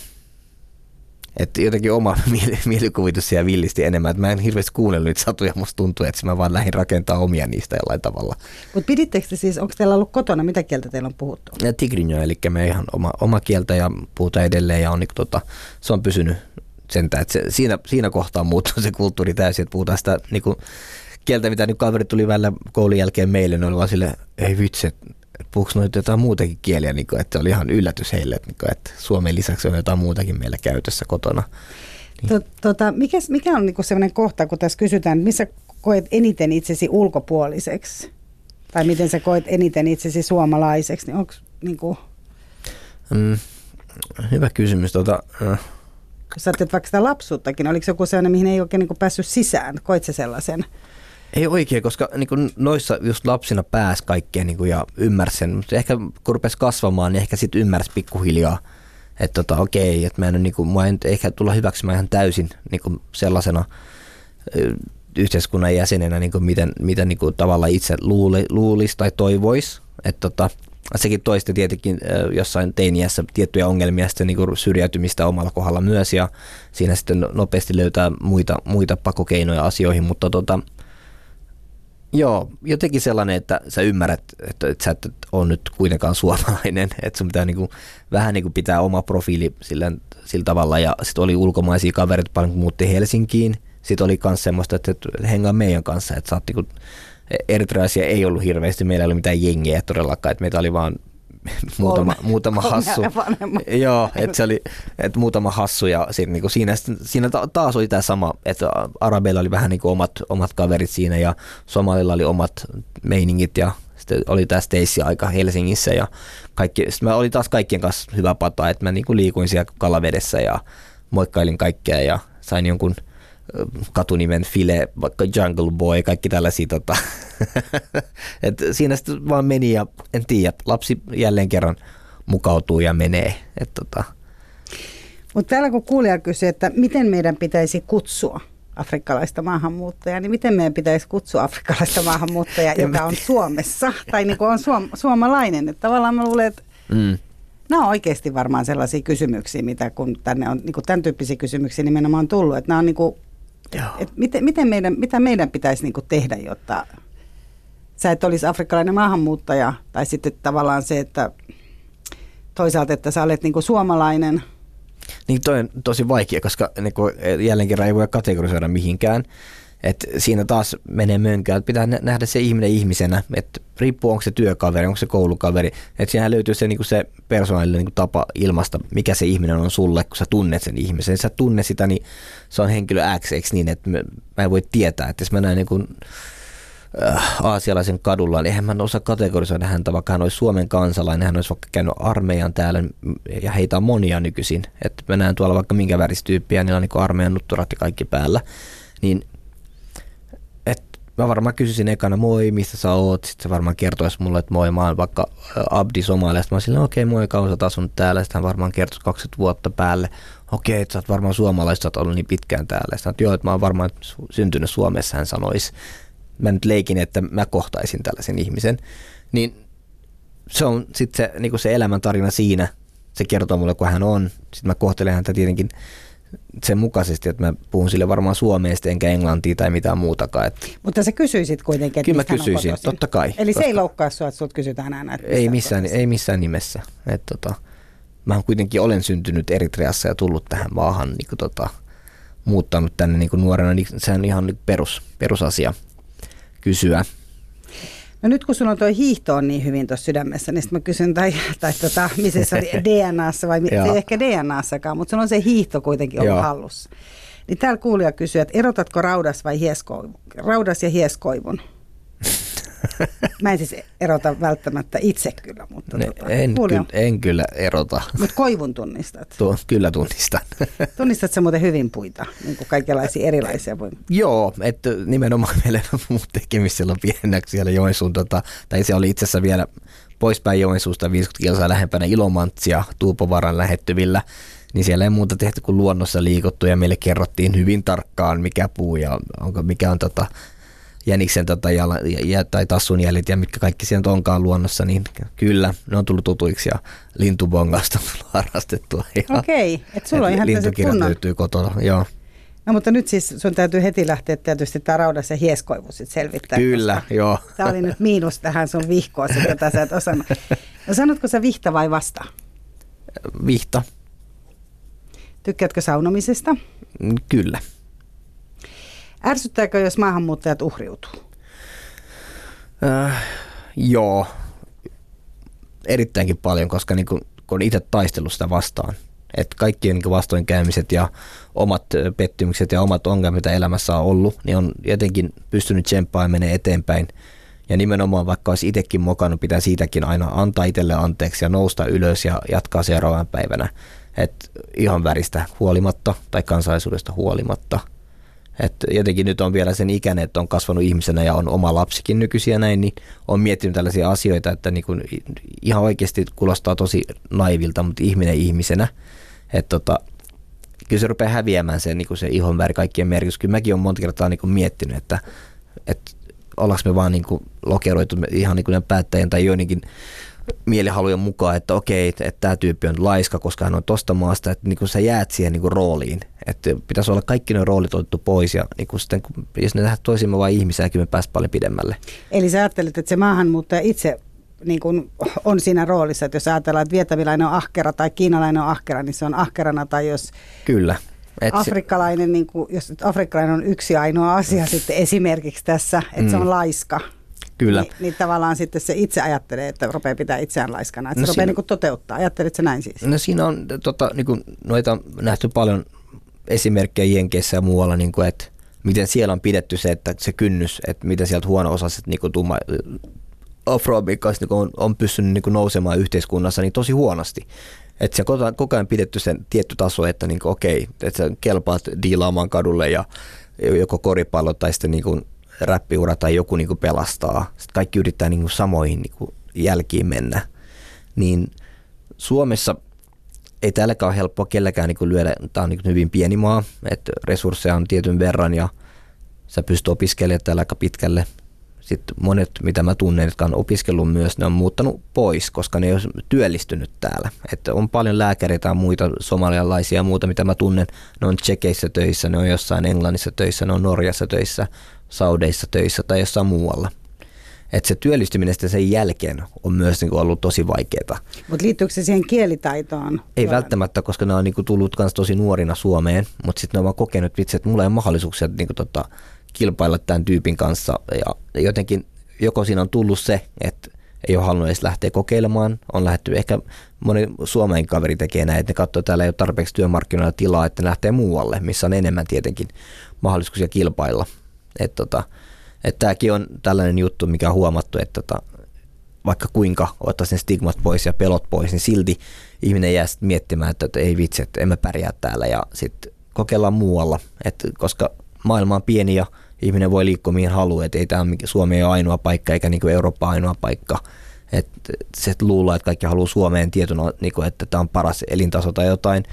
että jotenkin oma mielikuvitus siellä villisti enemmän. Että mä en hirveästi kuunnellut niitä satuja, musta tuntuu, että mä vaan lähdin rakentaa omia niistä jollain tavalla. Mutta pidittekö te siis, onko teillä ollut kotona, mitä kieltä teillä on puhuttu? Tigrinjoa, eli me ihan oma kieltä ja puhutaan edelleen, ja on, se on pysynyt sentään, että siinä kohtaa muuttuu se kulttuuri täysin, että puhutaan sitä kieltä, mitä nyt kaverit tuli välillä koulun jälkeen meille, ne oli vaan silleen, ei vitsi, puhuuko noita jotain muutakin kieliä, että oli ihan yllätys heille, että suomen lisäksi on jotain muutakin meillä käytössä kotona. Niin. Mikä on sellainen kohta, kun tässä kysytään, missä koet eniten itsesi ulkopuoliseksi? Tai miten sä koet eniten itsesi suomalaiseksi? Niin onko, hyvä kysymys. Kun sä ajattelet vaikka sitä lapsuuttakin, oliko se joku sellainen, mihin ei oikein päässyt sisään? Koit sä sellaisen? Ei oikein, koska noissa just lapsina pääsi kaikkeen ja ymmärsi sen. Mutta ehkä kun rupesi kasvamaan, niin ehkä sitten ymmärsi pikkuhiljaa, että okei, että mä en mua ei ehkä tulla hyväksymään ihan täysin sellaisena yhteiskunnan jäsenenä, miten tavallaan itse luulisi tai toivoisi. Että sekin toisti tietenkin jossain teiniässä tiettyjä ongelmia, sitten syrjäytymistä omalla kohdalla myös, ja siinä sitten nopeasti löytää muita pakokeinoja asioihin, mutta joo, jotenkin sellainen, että sä ymmärrät, että sä et ole nyt kuitenkaan suomalainen, että sun pitää vähän pitää oma profiili sillä tavalla, ja sitten oli ulkomaisia kavereita paljon, kun muutti Helsinkiin, sitten oli myös semmoista, että hengaa meidän kanssa, että sä oot eritrealaisia ei ollut hirveästi, meillä ei ollut mitään jengiä todellakaan, että meitä oli vaan muutama hassu. Joo, että se oli muutama hassu, ja siinä taas oli tämä sama, että arabeilla oli vähän omat kaverit siinä, ja somalilla oli omat meiningit, ja sitten oli tämä Stacy-aika Helsingissä, ja sitten mä olin taas kaikkien kanssa hyvä pata, että mä liikuin siellä kalavedessä ja moikkailin kaikkea ja sain jonkun katunimen File, vaikka Jungle Boy, kaikki tällaisia. Et siinä sitten vaan meni, ja en tiedä, lapsi jälleen kerran mukautuu ja menee. Mutta täällä kun kuulija kysyy, että miten meidän pitäisi kutsua afrikkalaista maahanmuuttajaa, niin miten meidän pitäisi kutsua afrikkalaista maahanmuuttajaa, joka on Suomessa tai on suomalainen. Että tavallaan mä luulen, että nämä on oikeasti varmaan sellaisia kysymyksiä, mitä kun tänne on tämän tyyppisiä kysymyksiä nimenomaan tullut, että nämä on mitä meidän pitäisi tehdä, jotta sä et olisi afrikkalainen maahanmuuttaja, tai sitten tavallaan se, että toisaalta, että sä olet suomalainen. Niin toi on tosi vaikea, koska jälleen kerran ei voi kategorisoida mihinkään. Et siinä taas menee mönkään, että pitää nähdä se ihminen ihmisenä, että riippuu onko se työkaveri, onko se koulukaveri, että siinä löytyy se persoonallinen tapa ilmasta, mikä se ihminen on sulle, kun sä tunnet sen ihmisen. Sä tunnet sitä, niin se on henkilö X, eikö niin, että mä en voi tietää, että jos mä näen aasialaisen kadulla, niin eihän mä osaa kategorisoida häntä, vaikka hän olisi Suomen kansalainen, hän olisi vaikka käynyt armeijan täällä, ja heitä on monia nykyisin, että mä näen tuolla vaikka minkä väristyyppiä, niillä on armeijan nutturat ja kaikki päällä, niin mä varmaan kysyisin ekana, moi, mistä sä oot? Sitten se varmaan kertoisi mulle, että moi, mä oon vaikka Abdi Somaliasta. Mä oon silleen, okei, moi, kauan sä oot asunut täällä. Sitten hän varmaan kertoisi 20 vuotta päälle. Okei, että sä oot varmaan suomalaista, sä oot ollut niin pitkään täällä. Sitten joo, että mä oon varmaan syntynyt Suomessa, hän sanoisi. mä nyt leikin, että mä kohtaisin tällaisen ihmisen, niin se on sitten se, niin se elämäntarina siinä, se kertoo mulle, kun hän on. Sitten mä kohtelen häntä tietenkin sen mukaisesti, että mä puhun sille varmaan suomeesta enkä englantia tai mitään muutakaan. Että mutta sä kysyisit kuitenkin, että kyllä mä kysyisin, totta kai. Eli se ei loukkaa sua, että sulta kysytään aina. Ei missään nimessä. Mä kuitenkin olen syntynyt Eritreassa ja tullut tähän maahan, niin muuttanut tänne niin nuorena, niin se on ihan perusasia kysyä. No nyt kun sulla on toi hiihto on niin hyvin tuossa sydämessä, niin sitten mä kysyn, missä se oli DNAssa vai ei ehkä DNAssakaan, mutta sulla on se hiihto kuitenkin ollut hallussa. Niin täällä kuulija kysyy, että erotatko raudas ja hieskoivun? Mä en siis erota välttämättä itse kyllä, mutta en kyllä erota. Mutta koivun tunnistat? Kyllä tunnistan. Tunnistat sä muuten hyvin puita, niin kuin kaikenlaisia erilaisia puita? Joo, että nimenomaan meillä on muut tekemistä silloin pienenäksi siellä Joensuun, tai se oli itse asiassa vielä poispäin Joensuusta 50 kilsaa lähempänä Ilomantsia Tuupovaaran lähettyvillä, niin siellä ei muuta tehty kuin luonnossa liikuttu ja meille kerrottiin hyvin tarkkaan mikä puu ja mikä on jäniksen tai tassun jäljet ja mitkä kaikki siellä onkaan luonnossa, niin kyllä, ne on tullut tutuiksi ja lintubongasta on tullut harrastettua. Okei, että sulla on ihan lintukirjat löytyy kotona, joo. No mutta nyt siis sun täytyy heti lähteä tietysti tämä raudas ja hieskoivu sitten selvittää. Kyllä, joo. Tämä oli nyt miinus tähän sun vihkoon, jota sä et osannut. No sanotko sä vihta vai vasta? Vihta. Tykkäätkö saunomisesta? Kyllä. Ärsyttääkö, jos maahanmuuttajat uhriutuu? Joo, erittäinkin paljon, koska niin kun on itse taistellut sitä vastaan. Että kaikkien niin vastoinkäymiset ja omat pettymykset ja omat ongelmat, mitä elämässä on ollut, niin on jotenkin pystynyt tsemppaamaan ja menee eteenpäin. Ja nimenomaan vaikka olisi itsekin mokannut, pitää siitäkin aina antaa itselle anteeksi ja nousta ylös ja jatkaa seuraavan päivänä. Että ihan väristä huolimatta tai kansalaisuudesta huolimatta. Että jotenkin nyt on vielä sen ikäinen, että on kasvanut ihmisenä ja on oma lapsikin nykyisiä näin, niin on miettinyt tällaisia asioita, että niin kuin ihan oikeasti kuulostaa tosi naivilta, mutta ihminen ihmisenä. Että kyllä se rupeaa häviämään se, niin kuin se ihonväri, kaikkien merkitys. Kyllä mäkin olen monta kertaa niin kuin miettinyt, että ollaanko me vaan niin kuin lokeroitu ihan niin kuin päättäjien tai joidenkin mielihalujen mukaan, että okei, että tämä tyyppi on laiska, koska hän on tosta maasta, että niin kuin sä jäät siihen niin kuin rooliin. Että pitäisi olla kaikki ne roolit otettu pois ja niin kuin sitten, jos ne nähdään toisimme vain ihmisiä, kyllä me päästä paljon pidemmälle. Eli sä ajattelet, että se maahanmuuttaja itse niin kuin on siinä roolissa, että jos ajatellaan, että vietnamilainen on ahkera tai kiinalainen on ahkera, niin se on ahkerana, tai jos kyllä. Afrikkalainen, niin kuin, jos afrikkalainen on yksi ainoa asia sitten esimerkiksi tässä, että se on laiska. Kyllä. Niin tavallaan sitten se itse ajattelee, että rupeaa pitää itseään laiskana, että se rupeaa niin kuin toteuttaa. Ajattelit sä näin siis? No siinä on niin kuin noita nähty paljon esimerkkejä Jenkeissä ja muualla, niin kuin, että miten siellä on pidetty se, että se kynnys, että miten sieltä huono-osaiset niin afroamerikaiset niin on pystynyt niin kuin nousemaan yhteiskunnassa niin tosi huonosti. Että se on koko ajan pidetty sen tietty taso, että niin kuin, okei, että sä kelpaat diilaamaan kadulle ja joko koripallo tai sitten niin kuin räppiura tai joku niin kuin pelastaa. Sitten kaikki yrittää niin kuin samoihin niin kuin jälkiin mennä. Niin Suomessa ei täälläkään ole helppoa kelläkään niin kuin lyödä. Tämä on niin kuin hyvin pieni maa, että resursseja on tietyn verran ja sä pystyt opiskelemaan täällä aika pitkälle. Sitten monet, mitä mä tunnen, jotka on opiskellut myös, ne on muuttanut pois, koska ne ei ole työllistynyt täällä. Että on paljon lääkäreitä ja muita somalialaisia ja muuta, mitä mä tunnen. Ne on Tšekeissä töissä, ne on jossain Englannissa töissä, ne on Norjassa töissä, Saudeissa töissä tai jossain muualla. Että se työllistyminen sen jälkeen on myös niinku ollut tosi vaikeaa. Mutta liittyykö se siihen kielitaitoon? Ei välttämättä, koska ne on niinku tullut myös tosi nuorina Suomeen, mutta sitten ne on vaan kokenut vitsi, että mulla ei ole mahdollisuuksia niinku kilpailla tämän tyypin kanssa. Ja jotenkin joko siinä on tullut se, että ei ole halunnut edes lähteä kokeilemaan, on lähdetty, ehkä moni Suomen kaveri tekee näin, että ne katsoo, että täällä ei ole tarpeeksi työmarkkinoilla tilaa, että ne lähtee muualle, missä on enemmän tietenkin mahdollisuuksia kilpailla. Että tämäkin on tällainen juttu, mikä on huomattu, että vaikka kuinka ottaisi ne stigmat pois ja pelot pois, niin silti ihminen jää miettimään, että ei vitsi, että en mä pärjää täällä ja sitten kokeillaan muualla, koska maailma on pieni ja ihminen voi liikkua mihin haluaa, että ei tämä Suomi ei ole ainoa paikka eikä niin kuin Eurooppa ainoa paikka. Että se luulee, että kaikki haluaa Suomeen tietona, niin kuin, että tämä on paras elintaso tai jotain.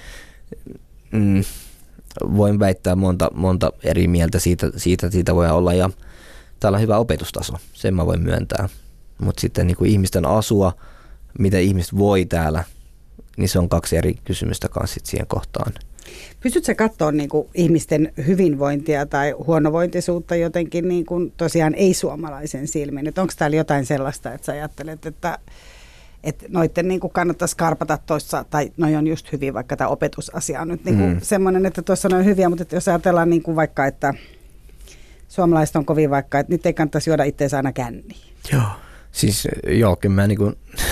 Voin väittää monta eri mieltä siitä voi olla ja täällä on hyvä opetustaso, sen mä voin myöntää. Mutta sitten niin kuin ihmisten asua, mitä ihmiset voi täällä, niin se on 2 eri kysymystä kanssa siihen kohtaan. Pystytkö katsoa niin kuin ihmisten hyvinvointia tai huonovointisuutta jotenkin niin kuin tosiaan ei-suomalaisen silmin? Onko täällä jotain sellaista, että sä ajattelet, että noitten niin kuin kannattaisi karpata tuossa, tai noi on just hyvin, vaikka tämä opetusasia on nyt niin kuin semmoinen, että tuossa on hyviä, mutta jos ajatellaan niin kuin vaikka, että suomalaiset on kovin vaikka, että nyt ei kannattaisi juoda itseänsä aina känniin. Joo, siis kyllä mä niin kuin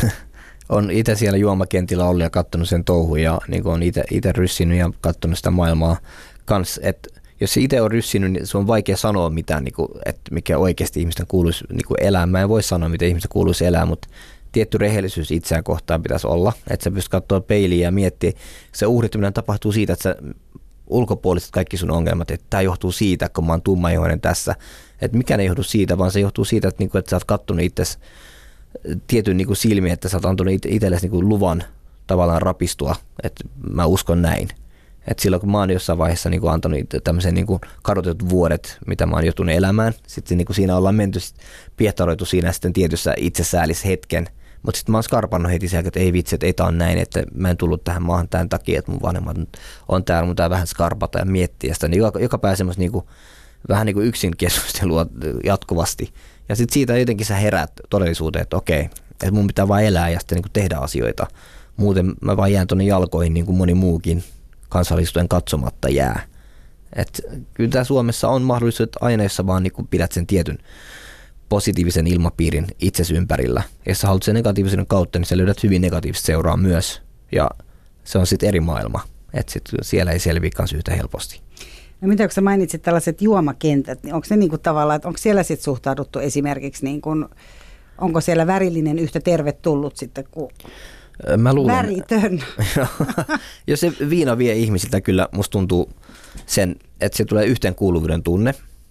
on itse siellä juomakentillä ollut ja katsonut sen touhun ja niin on itse ryssinyt ja katsonut sitä maailmaa kanssa. Että jos se itse on ryssinyt, niin se on vaikea sanoa mitään, niin kuin, että mikä oikeasti ihmisten kuuluisi niin kuin elää. Mä en voi sanoa, miten ihmisten kuuluisi elää, mutta tietty rehellisyys itseään kohtaan pitäisi olla. Että sä pystyt katsoa peiliin ja miettiä. Se uhrittuminen tapahtuu siitä, että sä ulkopuoliset kaikki sun ongelmat, että tämä johtuu siitä, kun mä oon tummaihoinen tässä. Että mikään ei johdu siitä, vaan se johtuu siitä, että, niin kuin, että sä oot kattonut itsesi tietyn niin kuin silmiin, että sä oot antanut itsellesi niin kuin luvan tavallaan rapistua, että mä uskon näin. Että silloin kun mä oon jossain vaiheessa niin kuin antanut tämmöisen niin kuin kadotetut vuodet, mitä mä oon joutunut elämään, sitten niin kuin siinä ollaan menty, piehtaroitu siinä sitten tietyssä itsesäälissä hetken, mutta sitten mä oon skarpannut heti sieltä, että ei vitsi, että ei tää on näin, että mä en tullut tähän maahan tämän takia, että mun vanhemmat on täällä, mun tää vähän skarpata ja miettiä sitä, niin joka päivä semmoista niin kuin, vähän niin kuin yksin keskustelua jatkuvasti. Ja sitten siitä jotenkin sä herät todellisuuteen, että okei, että mun pitää vaan elää ja sitten niin kuin tehdä asioita. Muuten mä vaan jään tuonne jalkoihin niin kuin moni muukin kansallisuuden katsomatta jää. Et kyllä tää Suomessa on mahdollisuus aina, jos sä vaan niin kuin pidät sen tietyn positiivisen ilmapiirin itsesi ympärillä. Jos sä haluat sen negatiivisen kautta, niin sä löydät hyvin negatiivista seuraa myös. Ja se on sitten eri maailma. Että siellä ei selviä kanssa yhtä helposti. No mitä kun sä mainitsit tällaiset juomakentät, niin onko ne niin kuin tavallaan, että onko siellä sitten suhtauduttu esimerkiksi, niin kuin, onko siellä värillinen yhtä tervetullut sitten kuin mä luulen, väritön? Jos se viina vie ihmisiltä, kyllä musta tuntuu sen, että se tulee yhteenkuuluvuuden tunne,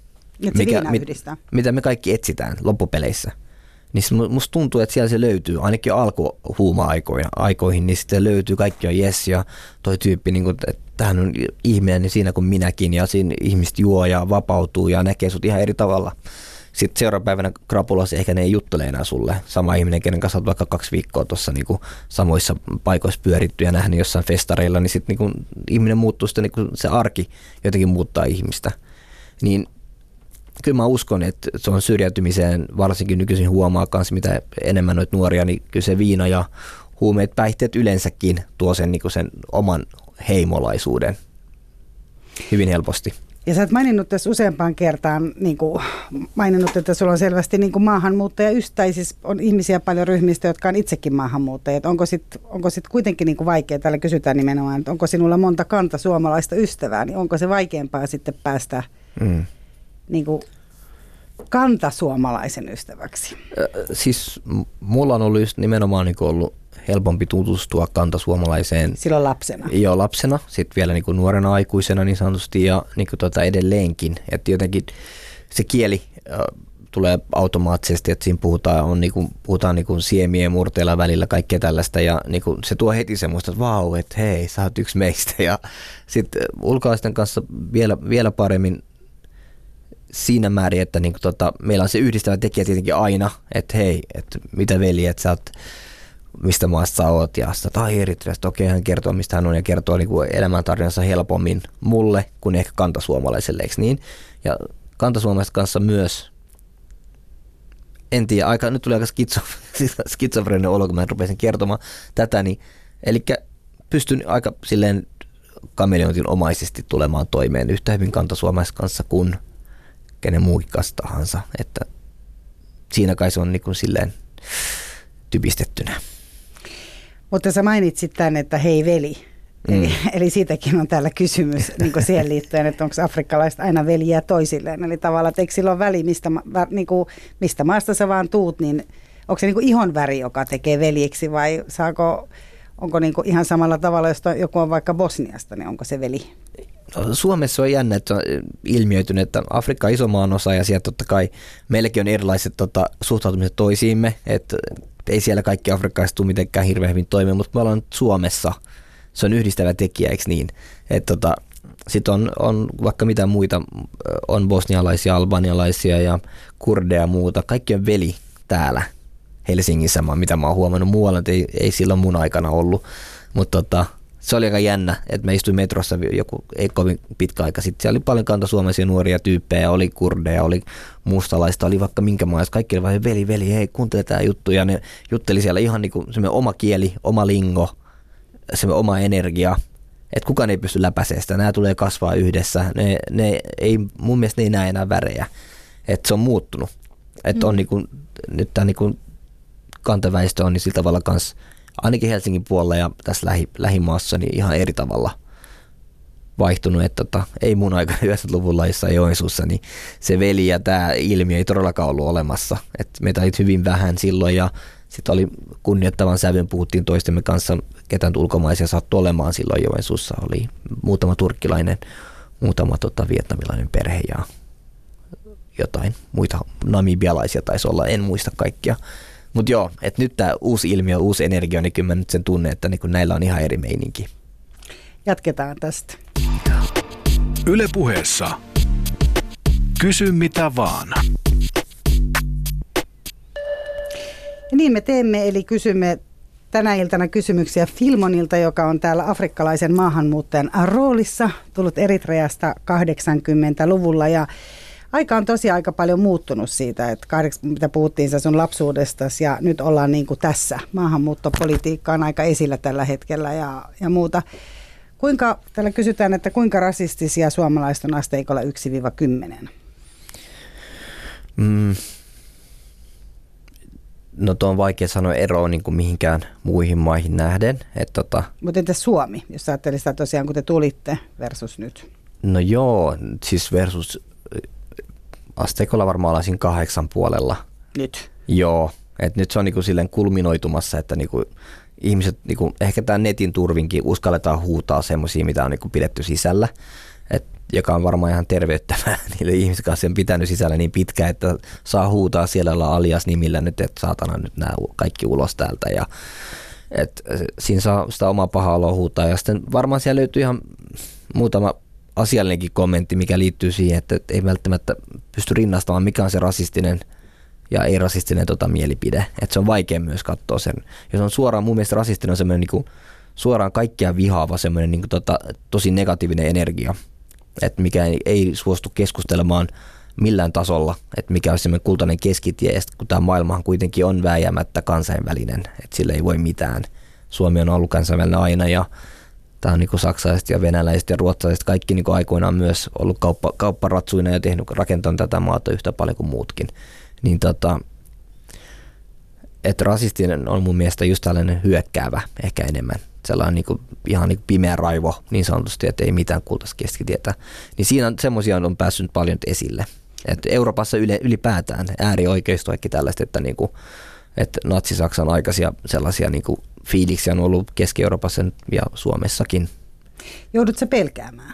mitä me kaikki etsitään loppupeleissä. Niin musta tuntuu, että siellä se löytyy, ainakin alkuhuuma-aikoihin, niin sitten löytyy, kaikki on jes ja toi tyyppi, niin kuin, että tämähän on ihminen niin siinä kuin minäkin ja siinä ihmiset juo ja vapautuu ja näkee sut ihan eri tavalla. Sitten seuraavapäivänä krapulassa ehkä ne ei juttele enää sulle. Sama ihminen, kenen kanssa olet vaikka 2 viikkoa tuossa niin kuin samoissa paikoissa pyöritty ja nähnyt jossain festareilla, niin sitten niin ihminen muuttuu, sitten niin se arki jotenkin muuttaa ihmistä. Niin kyllä mä uskon, että se on syrjäytymiseen, varsinkin nykyisin huomaa kanssa, mitä enemmän noita nuoria, niin kyllä se viina ja huumeet, päihteet yleensäkin tuo sen, niin kuin sen oman heimolaisuuden hyvin helposti. Ja sä oot maininnut tässä useampaan kertaan, niin kuin maininnut, että sulla on selvästi niin kuin maahanmuuttajaystäviä, siis on ihmisiä paljon ryhmistä, jotka on itsekin maahanmuuttajia. Onko sit kuitenkin niin kuin vaikea, täällä kysytään nimenomaan, että onko sinulla monta kantasuomalaista ystävää, niin onko se vaikeampaa sitten päästä niin kuin kantasuomalaisen ystäväksi? Siis mulla on ollut just nimenomaan niin kuin ollut helpompi tutustua kantasuomalaiseen. Silloin lapsena? Joo, lapsena. Sitten vielä niin kuin nuorena aikuisena niin sanotusti ja niin kuin edelleenkin. Että jotenkin se kieli tulee automaattisesti, että siinä puhutaan niin kuin siemien murteilla välillä kaikkea tällaista. Ja niin kuin se tuo heti semmoista, että vau, että hei, sä oot yksi meistä. Ja sitten ulkolaisten kanssa vielä paremmin siinä määrin, että niin kuin meillä on se yhdistävä tekijä tietenkin aina, että hei, että mitä veli, että sä oot mistä maasta sä oot ja sitä tai Eritreasta, okei, hän kertoo mistä hän on ja kertoo niin kuin elämäntarinansa helpommin mulle kuin ehkä kantasuomalaiselle, eikö niin? Ja kantasuomalaiset kanssa myös, en tiedä, nyt tuli aika skitsofreeninen olo, kun mä rupesin kertomaan tätä, niin eli pystyn aika silleen kameleontin omaisesti tulemaan toimeen yhtä hyvin kantasuomalaisen kanssa kuin kenen muukin kanssa tahansa, että siinä kai se on niin kuin silleen typistettynä. Mutta sä mainitsit tämän, että hei veli. Eli siitäkin on täällä kysymys niin kuin siihen liittyen, että onko afrikkalaiset aina veljiä toisilleen. Eli tavallaan, että eikö sillä ole väli, mistä maasta sä vaan tuut, niin onko se niin kuin ihon väri, joka tekee veljiksi vai onko niin kuin ihan samalla tavalla, jos joku on vaikka Bosniasta, niin onko se veli? No, Suomessa on jännä, että on ilmiöitynyt, että Afrikka on iso maanosa ja sieltä totta kai meilläkin on erilaiset suhtautumiset toisiimme, että ei siellä kaikki afrikkalaiset tule mitenkään hirveän hyvin toimia, mutta me ollaan nyt Suomessa, se on yhdistävä tekijä, eikö niin? Että sitten on vaikka mitä muita, on bosnialaisia, albanialaisia ja kurdeja ja muuta. Kaikki on veli täällä Helsingissä, mitä mä oon huomannut. Muualla ei silloin mun aikana ollut, mutta se oli aika jännä, että mä istuin metrossa ei kovin pitkä aika sitten. Siellä oli paljon kantasuomaisia nuoria tyyppejä, oli kurdeja, oli mustalaista, oli vaikka minkä maa. Kaikki oli vaan veli, hei kuuntele tää juttu. Ja ne jutteli siellä ihan niin kuin semmoinen oma kieli, oma lingo, semmoinen oma energia. Että kukaan ei pysty läpäisemään sitä. Nämä tulee kasvaa yhdessä. Mun mielestä ne ei näe enää värejä. Että se on muuttunut. Että on niinku, nyt tämä niinku kantaväestö on niin sillä tavalla kanssa, ainakin Helsingin puolella ja tässä lähimaassa niin ihan eri tavalla vaihtunut. Että ei mun aikana 90-luvulla jossain Joensuussa, niin se veli ja tämä ilmiö ei todellakaan ollut olemassa. Että meitä oli hyvin vähän silloin ja sitten oli kunnioittavan sävyn, puhuttiin toistemme kanssa, ketään ulkomaisia sattui olemaan silloin Joensuussa. Oli muutama turkkilainen, muutama vietnamilainen perhe ja jotain muita namibialaisia taisi olla, en muista kaikkia. Mutta joo, että nyt tämä uusi ilmiö, uusi energia, niin kyllä mä nyt sen tunne, että niin näillä on ihan eri meininki. Jatketaan tästä. Yle Puheessa. Kysy mitä vaan. Ja niin me teemme, eli kysymme tänä iltana kysymyksiä Filmonilta, joka on täällä afrikkalaisen maahanmuuttajan roolissa, tullut Eritreasta 80-luvulla ja aika on tosiaan aika paljon muuttunut siitä, että mitä puhuttiin sun lapsuudestasi ja nyt ollaan niin kuin tässä. Maahanmuuttopolitiikka on aika esillä tällä hetkellä ja muuta. Täällä kysytään, että kuinka rasistisia suomalaiset on asteikolla 1-10? No tuo on vaikea sanoa eroa niin kuin mihinkään muihin maihin nähden. Mutta entä Suomi, jos ajattelee sitä tosiaan, kun te tulitte versus nyt? No joo, siis versus asteikolla varmaan olisin 8 puolella. Nyt? Joo, että nyt se on niin kuin silleen kulminoitumassa, että niin kuin ihmiset, niin kuin ehkä tämän netin turvinkin uskalletaan huutaa semmoisia, mitä on niin kuin pidetty sisällä, joka on varmaan ihan terveyttävää niille ihmisille, jotka on pitänyt sisällä niin pitkään, että saa huutaa siellä alias nimillä nyt, että saatana nyt nämä kaikki ulos täältä. Ja, että siinä saa sitä omaa pahaa oloa huutaa. Ja sitten varmaan siellä löytyy ihan muutama asiallinenkin kommentti, mikä liittyy siihen, että ei välttämättä pysty rinnastamaan, mikä on se rasistinen ja ei-rasistinen mielipide. Että se on vaikea myös katsoa sen. Jos on suoraan, mun mielestä rasistinen on semmoinen niin kuin suoraan kaikkia vihaava, semmoinen niin kuin tosi negatiivinen energia. Että mikä ei suostu keskustelemaan millään tasolla, että mikä on semmoinen kultainen keskitie, ja kun tämä maailmahan kuitenkin on vääjäämättä kansainvälinen, että sillä ei voi mitään. Suomi on ollut kansainvälinen aina, ja tämä on niin kuin saksalaiset ja venäläiset ja ruotsalaiset, kaikki niin kuin aikoinaan myös ollut kaupparatsuina ja rakentanut tätä maata yhtä paljon kuin muutkin. Niin että rasistinen on mun mielestä just tällainen hyökkäävä ehkä enemmän. Sellainen niin kuin, ihan niin kuin pimeä raivo niin sanotusti, että ei mitään kultaista keskitietä. Niin siinä semmoisia on päässyt paljon esille. Et Euroopassa ylipäätään äärioikeisto kaikki tällaista, että, niin kuin, että natsi-Saksan aikaisia sellaisia niin kuin fiiliksiä on ollut Keski-Euroopassa ja Suomessakin. Joudutko sä pelkäämään?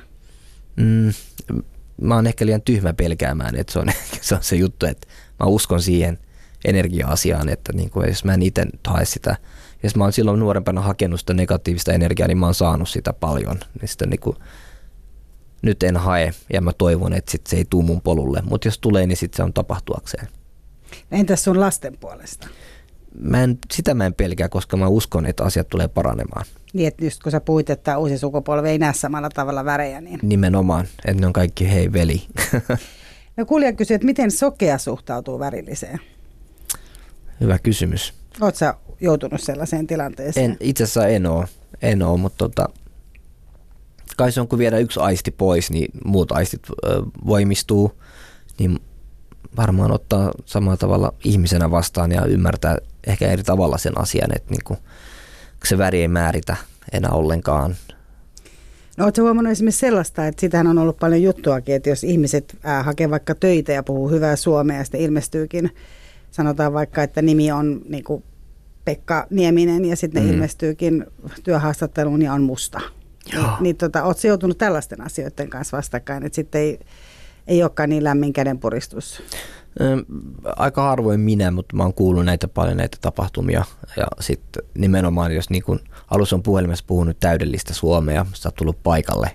Mä oon ehkä liian tyhmä pelkäämään, että se on se juttu, että mä uskon siihen energia-asiaan, että niin kuin, jos mä en itse hae sitä, jos mä oon silloin nuorempana hakenut sitä negatiivista energiaa, niin mä oon saanut sitä paljon. Niin sitten niin kuin, nyt en hae ja mä toivon, että sit se ei tule mun polulle, mutta jos tulee, niin sitten se on tapahtuakseen. Entäs sun lasten puolesta? Sitä mä en pelkää, koska mä uskon, että asiat tulee paranemaan. Niin, että just kun sä puhuit, että uusi sukupolvi ei näe samalla tavalla värejä, niin... Nimenomaan, että ne on kaikki hei veli. No kuulija kysyy, että miten sokea suhtautuu värilliseen? Hyvä kysymys. Oletko sä joutunut sellaiseen tilanteeseen? Itse asiassa en ole, mutta kai se on, kun viedä yksi aisti pois, niin muut aistit voimistuu, niin varmaan ottaa samalla tavalla ihmisenä vastaan ja ymmärtää ehkä eri tavalla sen asian, että niin kuin, se väri ei määritä enää ollenkaan. No ootko huomannut esimerkiksi sellaista, että sitähän on ollut paljon juttuakin, että jos ihmiset hakee vaikka töitä ja puhuu hyvää suomea ja sitten ilmestyykin, sanotaan vaikka, että nimi on niin kuin Pekka Nieminen ja sitten ilmestyykin työhaastatteluun ja on musta. Niin ootko joutunut tällaisten asioiden kanssa vastakkain, että sitten ei olekaan niin lämmin kädenpuristus? Aika harvoin minä, mutta mä oon kuullut paljon näitä tapahtumia ja sitten nimenomaan, jos niin kun alussa on puhelimessa puhunut täydellistä suomea, sä oot tullut paikalle,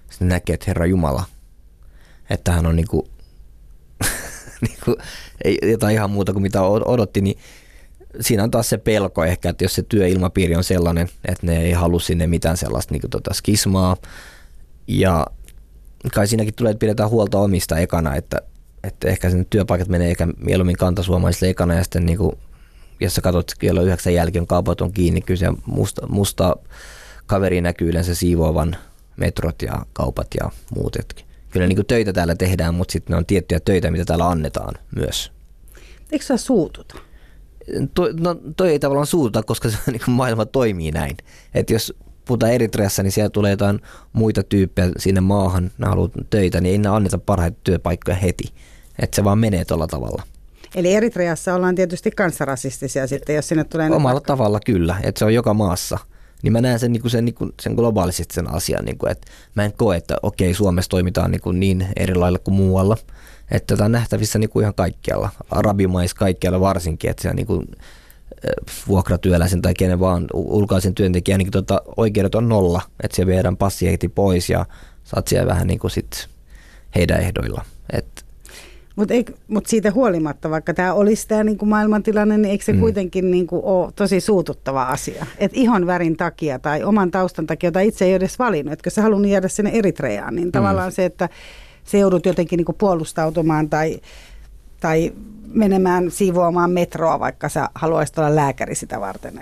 sitten näkee, että Herra Jumala, että hän on niinku, niinku, ei jotain ihan muuta kuin mitä odotti, niin siinä on taas se pelko ehkä, että jos se työilmapiiri on sellainen, että ne ei halua sinne mitään sellaista niinku skismaa, ja kai siinäkin tulee, että pidetään huolta omista ekana, että ehkä sinne työpaikat menee eikä mieluummin kantasuomalaisille ekana, ja sitten niinku, jos sä katsot kello 9 jälkeen, kaupat on kiinni, kyllä se musta kaveri näkyy yleensä siivoavan metrot ja kaupat ja muut. Et kyllä niinku töitä täällä tehdään, mutta sitten ne on tiettyjä töitä, mitä täällä annetaan myös. Eikö sä suututa? Toi ei tavallaan suututa, koska se niinku maailma toimii näin. Et jos puhutaan Eritreassa, niin siellä tulee jotain muita tyyppejä sinne maahan, ne haluaa töitä, niin ei ne anneta parhaita työpaikkoja heti. Että se vaan menee tuolla tavalla. Eli Eritreassa ollaan tietysti kanssarasistisia sitten, jos sinne tulee... Omalla tavalla kyllä, että se on joka maassa. Niin mä näen sen globaalisesti sen asian, että mä en koe, että okei, Suomessa toimitaan niin eri lailla kuin muualla. Että tämä on nähtävissä ihan kaikkialla, arabimaissa kaikkialla varsinkin, että siellä vuokratyöläisen tai kenen vaan ulkoisen työntekijän oikeudet on nolla, että siellä viedään passi heti pois ja saat siellä vähän sit heidän ehdoilla. Mutta siitä huolimatta, vaikka tämä olisi tämä maailmantilanne, niin eikö se kuitenkin ole tosi suututtava asia? Että ihon värin takia tai oman taustan takia, jota itse ei edes valinnut, etkö sä halunnut jäädä sinne Eritreaan, niin tavallaan se, että se joudut jotenkin puolustautumaan tai menemään siivoamaan metroa, vaikka sä haluaisit olla lääkäri sitä varten.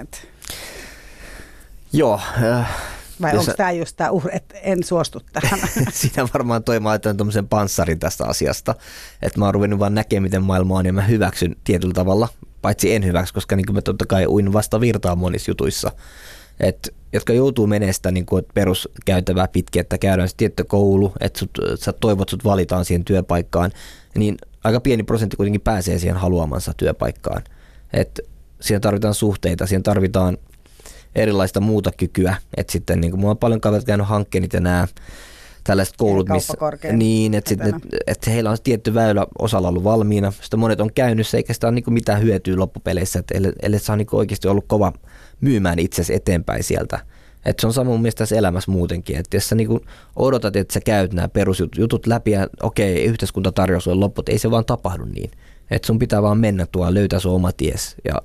Joo. Vai onko tämä just tämä että en suostu tähän? Siinä varmaan mä ajattelen tuommoisen panssarin tästä asiasta, että mä oon ruvennut vaan näkemään, miten maailma on, ja mä hyväksyn tietyllä tavalla, paitsi en hyväksy, koska mä totta kai uin vasta virtaa monissa jutuissa, jotka joutuu menemään sitä peruskäytävää pitkin, että käydään se tietty koulu, että sä toivot, sut valitaan siihen työpaikkaan, niin aika pieni prosentti kuitenkin pääsee siihen haluamansa työpaikkaan. Että siihen tarvitaan suhteita, siihen tarvitaan erilaista muuta kykyä, että sitten mulla on paljon kavereita käynyt hankkeenit ja nämä tällaiset koulut, missä niin, että heillä on tietty väylä osalla ollut valmiina, sitten monet on käynyt eikä sitä ole mitään hyötyä loppupeleissä, että ellei sä ole oikeasti ollut kova myymään itsesi eteenpäin sieltä. Että se on sama mun mielestä tässä elämässä muutenkin, että jos sä odotat, että sä käyt nämä perusjutut läpi ja okei, yhteiskunta tarjoaa sulle loput, ei se vaan tapahdu niin. Että sun pitää vaan mennä tuolla, löytää sun oma ties ja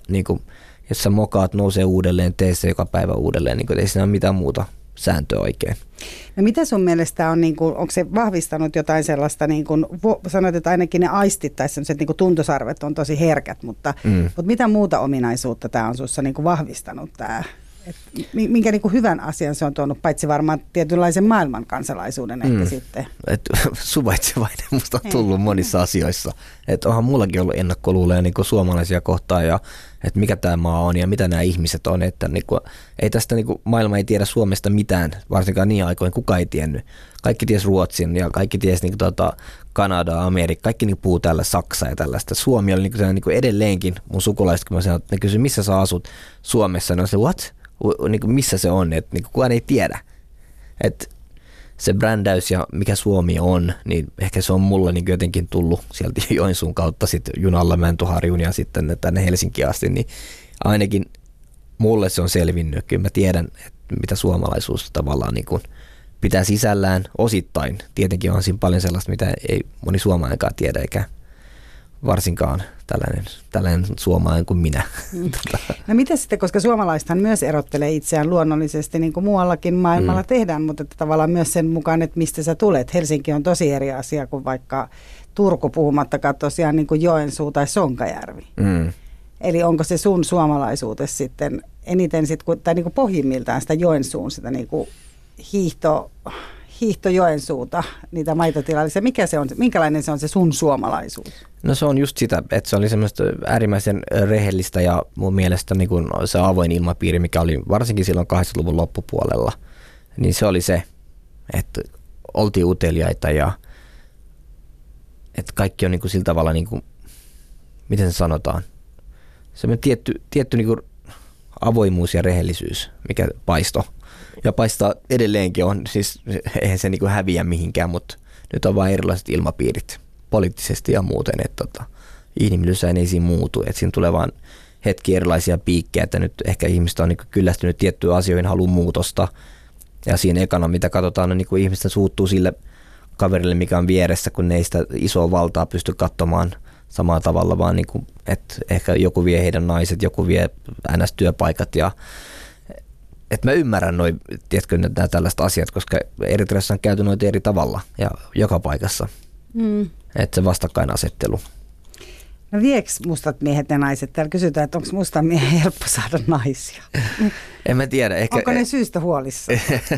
jos sä mokaat, nousee uudelleen, tee se joka päivä uudelleen, ei siinä ole mitään muuta sääntöä oikein. No mitä sun mielestä on, onko se vahvistanut jotain sellaista, sanoit, että ainakin ne aistit tai sellaiset tuntosarvet on tosi herkät, mutta mitä muuta ominaisuutta tämä on sussa vahvistanut tämä? Minkä hyvän asian se on tuonut, paitsi varmaan tietynlaisen maailman kansalaisuuden ehkä sitten? Suvaitsevainen musta on tullut monissa asioissa. Että onhan mullakin ollut ennakkoluuleja suomalaisia kohtaan ja että mikä tämä maa on ja mitä nämä ihmiset on. Että ei tästä maailma ei tiedä Suomesta mitään, varsinkaan niin aikoin kukaan ei tiennyt. Kaikki ties Ruotsin ja kaikki ties Kanada, Amerikka, kaikki puhuu täällä Saksa ja tällaista. Suomi oli edelleenkin mun sukulaiset, kun mä sanoin, että ne kysyivät, missä sä asut Suomessa, ne on se, what? Missä se on, että kukaan ei tiedä. Että se brändäys ja mikä Suomi on, niin ehkä se on mulle jotenkin tullut sieltä Joensuun kautta sitten junalla Mäntyharjun ja sitten tänne Helsinkiin asti, niin ainakin mulle se on selvinnyt. Kyllä mä tiedän, että mitä suomalaisuus tavallaan pitää sisällään osittain. Tietenkin on siinä paljon sellaista, mitä ei moni suomalainenkaan tiedä, eikä varsinkaan tällainen suomalainen kuin minä. No mitä sitten, koska suomalaisethan myös erottelee itseään luonnollisesti, niin kuin muuallakin maailmalla tehdään, mutta että tavallaan myös sen mukaan, että mistä sä tulet. Helsinki on tosi eri asia kuin vaikka Turku, puhumattakaan tosiaan niin kuin Joensuu tai Sonkajärvi. Eli onko se sun suomalaisuutesi sitten eniten, tai niin kuin pohjimmiltaan sitä Joensuun, sitä niin kuin hiihto Joensuuta, niitä maitotilallisia. Minkälainen se on se sun suomalaisuus? No se on just sitä, että se oli semmoista äärimmäisen rehellistä ja mun mielestä se avoin ilmapiiri, mikä oli varsinkin silloin 80-luvun loppupuolella, niin se oli se, että oltiin uteliaita ja että kaikki on sillä tavalla, miten se sanotaan, semmoinen tietty avoimuus ja rehellisyys, mikä paistoi. Ja paistaa edelleenkin on, siis eihän se häviä mihinkään, mutta nyt on vain erilaiset ilmapiirit poliittisesti ja muuten, että inhimillisyys ei siinä muutu, että siinä tulee vaan hetki erilaisia piikkejä, että nyt ehkä ihmiset on kyllästynyt tiettyihin asioihin, haluaa muutosta Ja siinä ekana, mitä katsotaan, on niin kuin ihmisten suuttuu sille kaverille, mikä on vieressä, kun ne ei sitä isoa valtaa pysty katsomaan samalla tavalla, vaan niin kuin, että ehkä joku vie heidän naiset, joku vie NS-työpaikat ja että mä ymmärrän tiedätkö, nämä tällaiset asiat, koska Eritreassa on käyty noita eri tavalla ja joka paikassa. Että se vastakkainasettelu. No vieks mustat miehet ja naiset? Täällä kysytään, että onko mustan miehen helppo saada naisia? En mä tiedä. Ehkä, onko ne syystä huolissa?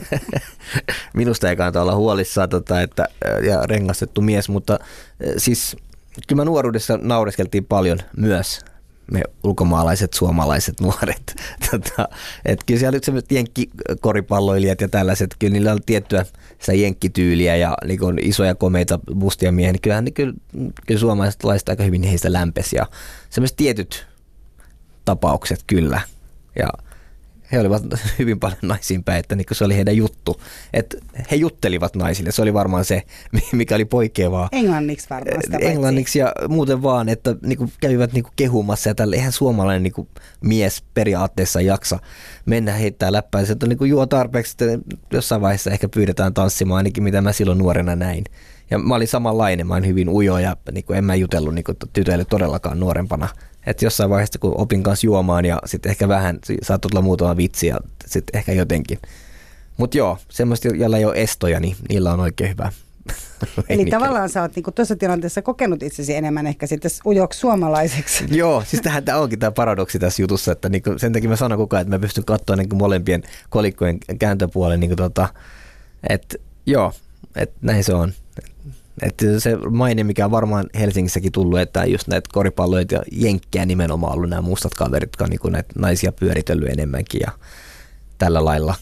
Minusta ei kannata olla huolissaan ja rengastettu mies, mutta siis kyllä mä nuoruudessa naureskeltiin paljon myös me ulkomaalaiset, suomalaiset nuoret. Että kyllä siellä oli jenkkikoripalloilijat ja tällaiset, kyllä niillä oli tiettyä sitä jenkkityyliä ja niin isoja komeita mustia miehiä, niin kyllähän kyllä suomalaiset aika hyvin heistä lämpesi ja sellaiset tietyt tapaukset kyllä. Ja he olivat hyvin paljon naisiin päin, että niin se oli heidän juttu. Että he juttelivat naisille, se oli varmaan se, mikä oli poikkeavaa. Englanniksi varmaan sitä Englanniksi ja muuten vaan, että niin kävivät niin kehumassa ja tälle. Eihän suomalainen niin mies periaatteessa jaksa mennä heittää läppää. Se on niin juo tarpeeksi, että jossain vaiheessa ehkä pyydetään tanssimaan, ainakin mitä mä silloin nuorena näin. Ja mä olin samanlainen, mä olin hyvin ujo ja niin en mä jutellut niin tytöille todellakaan nuorempana. Että jossain vaiheessa, kun opin kanssa juomaan ja sitten ehkä vähän, saattoi tulla muutama vitsi ja sitten ehkä jotenkin. Mutta joo, semmoista, joilla ei ole estoja, niin niillä on oikein hyvä. Eli tavallaan sä oot niinku tuossa tilanteessa kokenut itsesi enemmän ehkä sitten ujoksi suomalaiseksi. Joo, siis tämä onkin tämä paradoksi tässä jutussa, että niinku, sen takia mä sanon koko ajan, että mä pystyn katsoa niinku molempien kolikkojen kääntöpuolen. Niinku että joo, että näin se on. Että se maine, mikä on varmaan Helsingissäkin tullut, että just näitä koripalloita ja jenkkejä nimenomaan ollut nämä mustat kaverit, jotka on niin kuin näitä naisia pyöritellyt enemmänkin ja tällä lailla.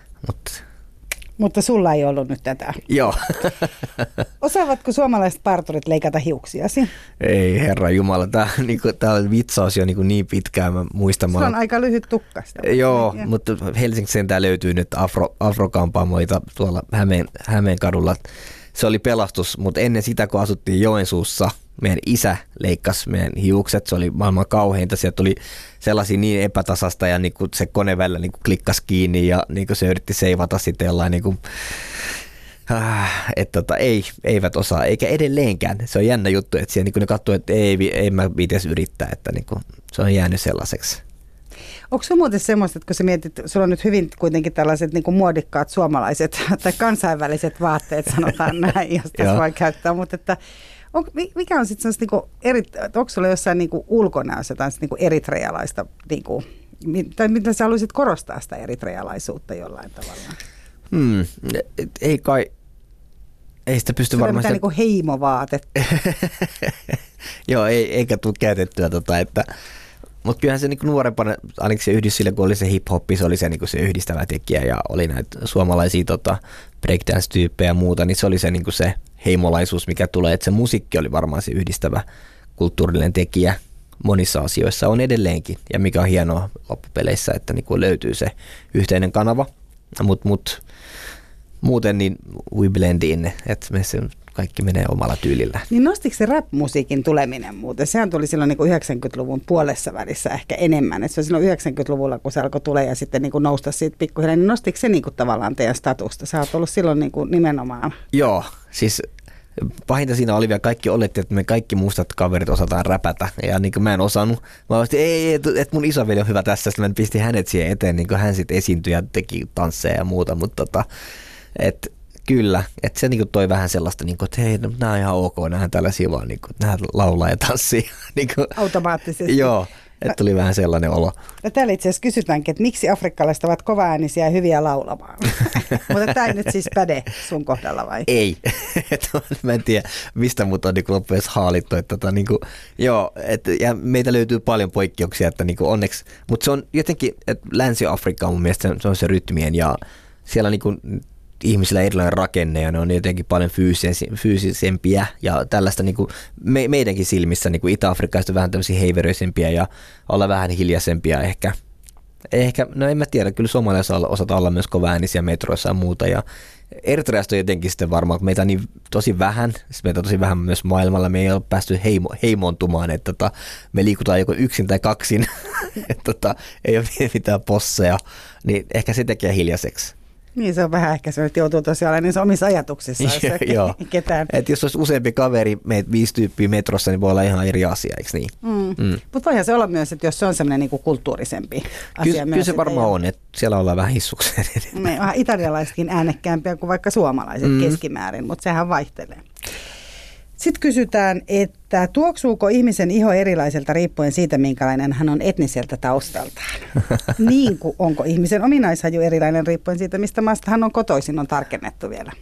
Mutta sulla ei ollut nyt tätä. Joo. Osaavatko suomalaiset parturit leikata hiuksiasi? Ei herra jumala, tämä on vitsaus jo niin pitkään, mä muistan. Se on aika lyhyt tukkasta. Joo, mutta Helsingissä sentään löytyy nyt afrokampaamoita tuolla Hämeen kadulla. Se oli pelastus, mutta ennen sitä, kun asuttiin Joensuussa, meidän isä leikkasi meidän hiukset. Se oli maailman kauheinta. Sieltä tuli sellaisia niin epätasasta ja niin se kone välillä niin klikkasi kiinni ja niin se yritti seivata sitten jollain, niin eivät osaa, eikä edelleenkään. Se on jännä juttu, että siellä, niin ne katsoo, että ei mä pitäisi yrittää, että niin se on jäänyt sellaiseksi. Onko se muuten semmoista, että kun sä mietit, sulla on nyt hyvin kuitenkin tällaiset niin kuin muodikkaat suomalaiset tai kansainväliset vaatteet, sanotaan näin, jos tässä voi käyttää, mutta että mikä on sitten sellaista, onko sulla jossain niin kuin ulkonäössä jotain niin kuin eritrealaista, niin kuin, tai mitä sä haluaisit korostaa sitä eritrealaisuutta jollain tavalla? Ei kai, ei sitä pysty varmaan. Mitään niin kuin heimovaatetta. Joo, eikä tule käytettyä että. Mutta kyllähän se niinku nuorempana, ainakin se yhdys sille, kun oli se hip-hoppi, se oli se, niinku se yhdistävä tekijä ja oli näitä suomalaisia breakdance-tyyppejä ja muuta, niin se oli se, niinku se heimolaisuus, mikä tulee, että se musiikki oli varmaan se yhdistävä kulttuurillinen tekijä monissa asioissa, on edelleenkin, ja mikä on hienoa loppupeleissä, että niinku löytyy se yhteinen kanava, mutta muuten niin we blend in, että me se kaikki menee omalla tyylillä. Niin nostiko se rap-musiikin tuleminen muuten? Sehän tuli silloin niin kuin 90-luvun puolessa välissä ehkä enemmän. Et se on silloin 90-luvulla, kun se alkoi tulla ja sitten niin kuin nousta siitä pikkuhiljaa. Niin nostiko se niin kuin tavallaan teidän statusta? Sä oot ollut silloin niin kuin nimenomaan. Joo, siis pahinta siinä oli vielä kaikki oletti, että me kaikki mustat kaverit osataan räpätä. Ja niin kuin mä en osannut. Mä olisin, että mun isoveli on hyvä tässä. Sitten mä pistin hänet siihen eteen, niin kuin hän sitten esiintyi ja teki tansseja ja muuta. Mutta kyllä, että se niinku toi vähän sellaista, niinku, että hei, nämä on ihan ok, nähdään tällaisia vaan, niinku, nämä laulaa ja tanssii. Niinku, automaattisesti. Joo, että tuli vähän sellainen olo. No täällä itse asiassa kysytäänkin, että miksi afrikkalaiset ovat kovaäänisiä ja hyviä laulamaan. Mutta tämä ei nyt siis päde sun kohdalla vai? Ei. Mä en tiedä, mistä mut on niinku loppujen haalittu. Niinku, joo, ja meitä löytyy paljon poikkeuksia, että niinku onneksi, mutta se on jotenkin, että Länsi-Afrikka on mun mielestä se on se rytmien ja siellä niinku ihmisillä erilainen rakenne ja ne on jotenkin paljon fyysisempiä ja tällaista niin kuin meidänkin silmissä niin kuin Itä-Afrikkaista vähän tämmöisiä heiveröisempiä ja olla vähän hiljaisempia ehkä, no en mä tiedä, kyllä suomalaisilla osataan olla myös kovaäänisiä metroissa ja muuta ja Eritreasta on jotenkin sitten varmaan, kun meitä on niin tosi vähän, meitä on tosi vähän myös maailmalla, me ei ole päästy heimontumaan, että me liikutaan joko yksin tai kaksin, ei ole mitään posseja, niin ehkä se tekee hiljaiseksi. Niin se on vähän ehkä se, että joutuu tosiaan niin omissa ajatuksissa, jos Joo. ketään. Et jos olisi useampi kaveri, meitä 5 tyyppiä metrossa, niin voi olla ihan eri asia, eikö niin? Mutta voihan se olla myös, että jos se on semmoinen niinku kulttuurisempi asia Kyllä se varmaan on, että siellä ollaan vähän hissukseen. Me onhan italialaisetkin äänekkäämpiä kuin vaikka suomalaiset keskimäärin, mutta sehän vaihtelee. Sitten kysytään, että tuoksuuko ihmisen iho erilaiselta riippuen siitä, minkälainen hän on etniseltä taustaltaan? Niin kuin onko ihmisen ominaishaju erilainen riippuen siitä, mistä maasta hän on kotoisin, on tarkennettu vielä.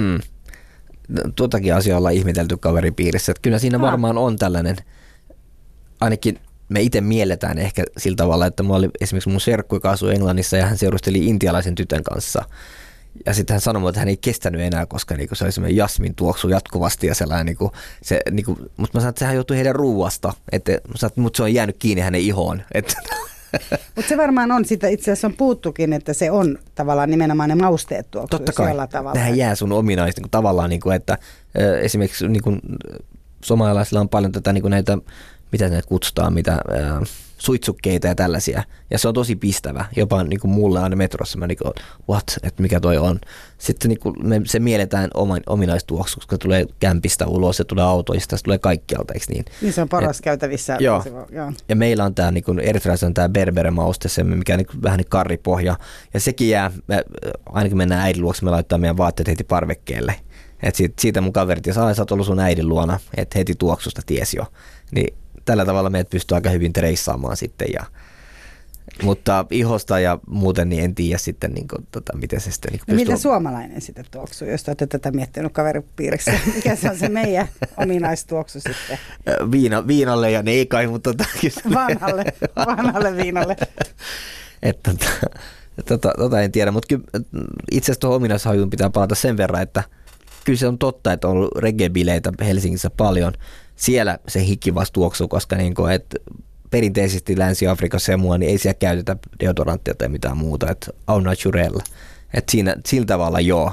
Tuotakin asiaa ollaan ihmetelty kaveripiirissä. Että kyllä siinä varmaan on tällainen, ainakin me itse mielletään ehkä sillä tavalla, että mulla oli esimerkiksi mun serkku, joka asui Englannissa ja hän seurusteli intialaisen tytön kanssa. Ja sitten hän sanoi, että hän ei kestänyt enää, koska niinku se oli semmoinen jasmin tuoksu jatkuvasti ja sellainen, mutta mä sanoin, että sehän joutui heidän ruuasta, mutta se on jäänyt kiinni hänen ihoon. Mutta se varmaan on, sitä itse asiassa on puuttukin, että se on tavallaan nimenomaan ne mausteet tuoksu. Totta kai, tähän jää sun ominaista niin tavallaan, niin kuin, että esimerkiksi niin kuin, somalialaisilla on paljon tätä, niin kuin näitä, mitä näitä kutsutaan, suitsukkeita ja tällaisia. Ja se on tosi pistävä. Jopa niin kuin mulle aina metrossa mä niin kuin, what, että mikä toi on. Sitten niin kuin se mielletään ominaistuoksu, koska tulee kämpistä ulos, se tulee autoista, se tulee kaikkialta, eikö niin? Niin se on paras käytävissä. Joo. Ja meillä on tämä, niin Eritreassa on tämä berbere-mauste, se mikä niin vähän niin karripohja. Ja sekin jää, ainakin mennään äidin luokse, me laittaa meidän vaatteet heti parvekkeelle. Et siitä mun kaverit, jos sä oot ollut sun äidin luona, että heti tuoksusta tiesi jo. Niin tällä tavalla meidät pystyy aika hyvin treissaamaan sitten. Mutta ihosta ja muuten niin en tiedä sitten, niin kuin, miten se sitten niin pystyy. Miltä suomalainen sitten tuoksuu, jos olette tätä miettinyt kaveripiirissä? Mikä se on se meidän ominaistuoksu sitten? Viinalle ja ei kai, mutta vanhalle viinalle. Että en tiedä, mutta itse asiassa tuohon ominaishajuun pitää palata sen verran, että kyllä se on totta, että on ollut reggae-bileitä Helsingissä paljon. Siellä se hiki vasta tuoksuu, koska niin kuin, että perinteisesti Länsi-Afrikassa ja mua, niin ei siellä käytetä deodoranttia tai mitään muuta, että au naturel. Että siinä sillä tavalla joo.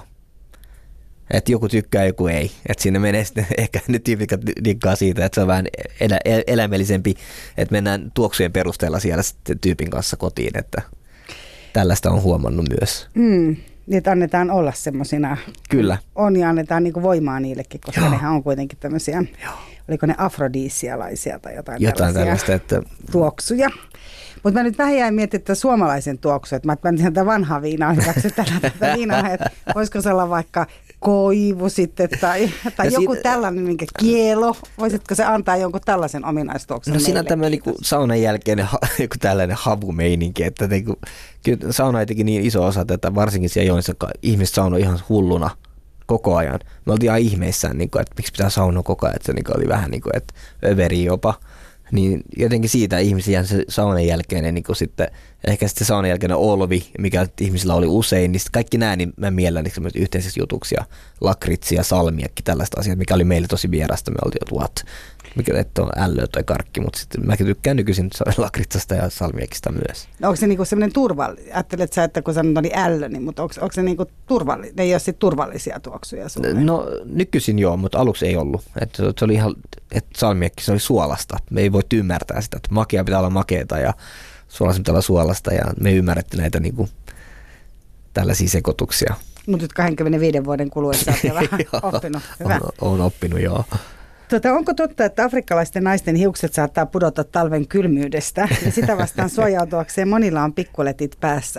Että joku tykkää, joku ei. Että siinä menee sitten ehkä ne tyypit dikkaa siitä, että se on vähän eläimellisempi, että mennään tuoksujen perusteella siellä sitten tyypin kanssa kotiin, että tällaista on huomannut myös. Että annetaan olla semmoisina. Kyllä. On ja annetaan niinku voimaa niillekin, koska nehän on kuitenkin tämmöisiä, oliko ne afrodiisialaisia tai jotain tällaista että tuoksuja. Mutta mä nyt vähän jäin miettimään tätä suomalaisen tuoksua, että mä tätä vanhaa viinaa hyväksytään tätä viinaa, että voisiko se olla vaikka koivu sitten tai joku tällainen, minkä kielo, voisitko se antaa jonkun tällaisen ominaistuoksun? No siinä on tämmöinen niin saunan jälkeinen joku tällainen havumeininki, että niin kyllä sauna on jotenkin niin iso osa, että varsinkin siellä Joenissa ihmiset saunoi ihan hulluna koko ajan. Me oltiin ihan ihmeissään, niin kuin, että miksi pitää saunoa koko ajan, että se niin oli vähän niin kuin, että överi jopa. Niin jotenkin siitä ihmisiä se saunan jälkeinen niin sitten, ehkä sitten saunan jälkeinen olvi, mikä ihmisillä oli usein, niin kaikki nämä, niin mä miellän yhteisissä jutuksia, lakritsia, salmiakki, tällaista asiaa, mikä oli meille tosi vierasta. Me oltiin, että what, mikä että on ällöä tai karkki, mutta sitten mäkin tykkään nykyisin lakritsasta ja salmiakista myös. No onko se niinku semmoinen turvallinen? Ajattelet sä, että kun sanot oli ällö, niin, mutta onko se niinku turvallinen? Ne ei ole sitten turvallisia tuoksuja sulle? No nykyisin joo, mutta aluksi ei ollut. Että se oli ihan, että salmiakki se oli suolasta. Me ei voi ymmärtää sitä, että makea pitää olla makeata ja suolasta pitää olla suolasta ja me ymmärrettiin näitä niinku tällaisia sekoituksia. Mutta nyt 25 vuoden kuluessa olet vähän oppinut. Hyvä. On oppinut, joo. Onko totta, että afrikkalaisten naisten hiukset saattaa pudota talven kylmyydestä ja sitä vastaan suojautuakseen monilla on pikkuletit päässä?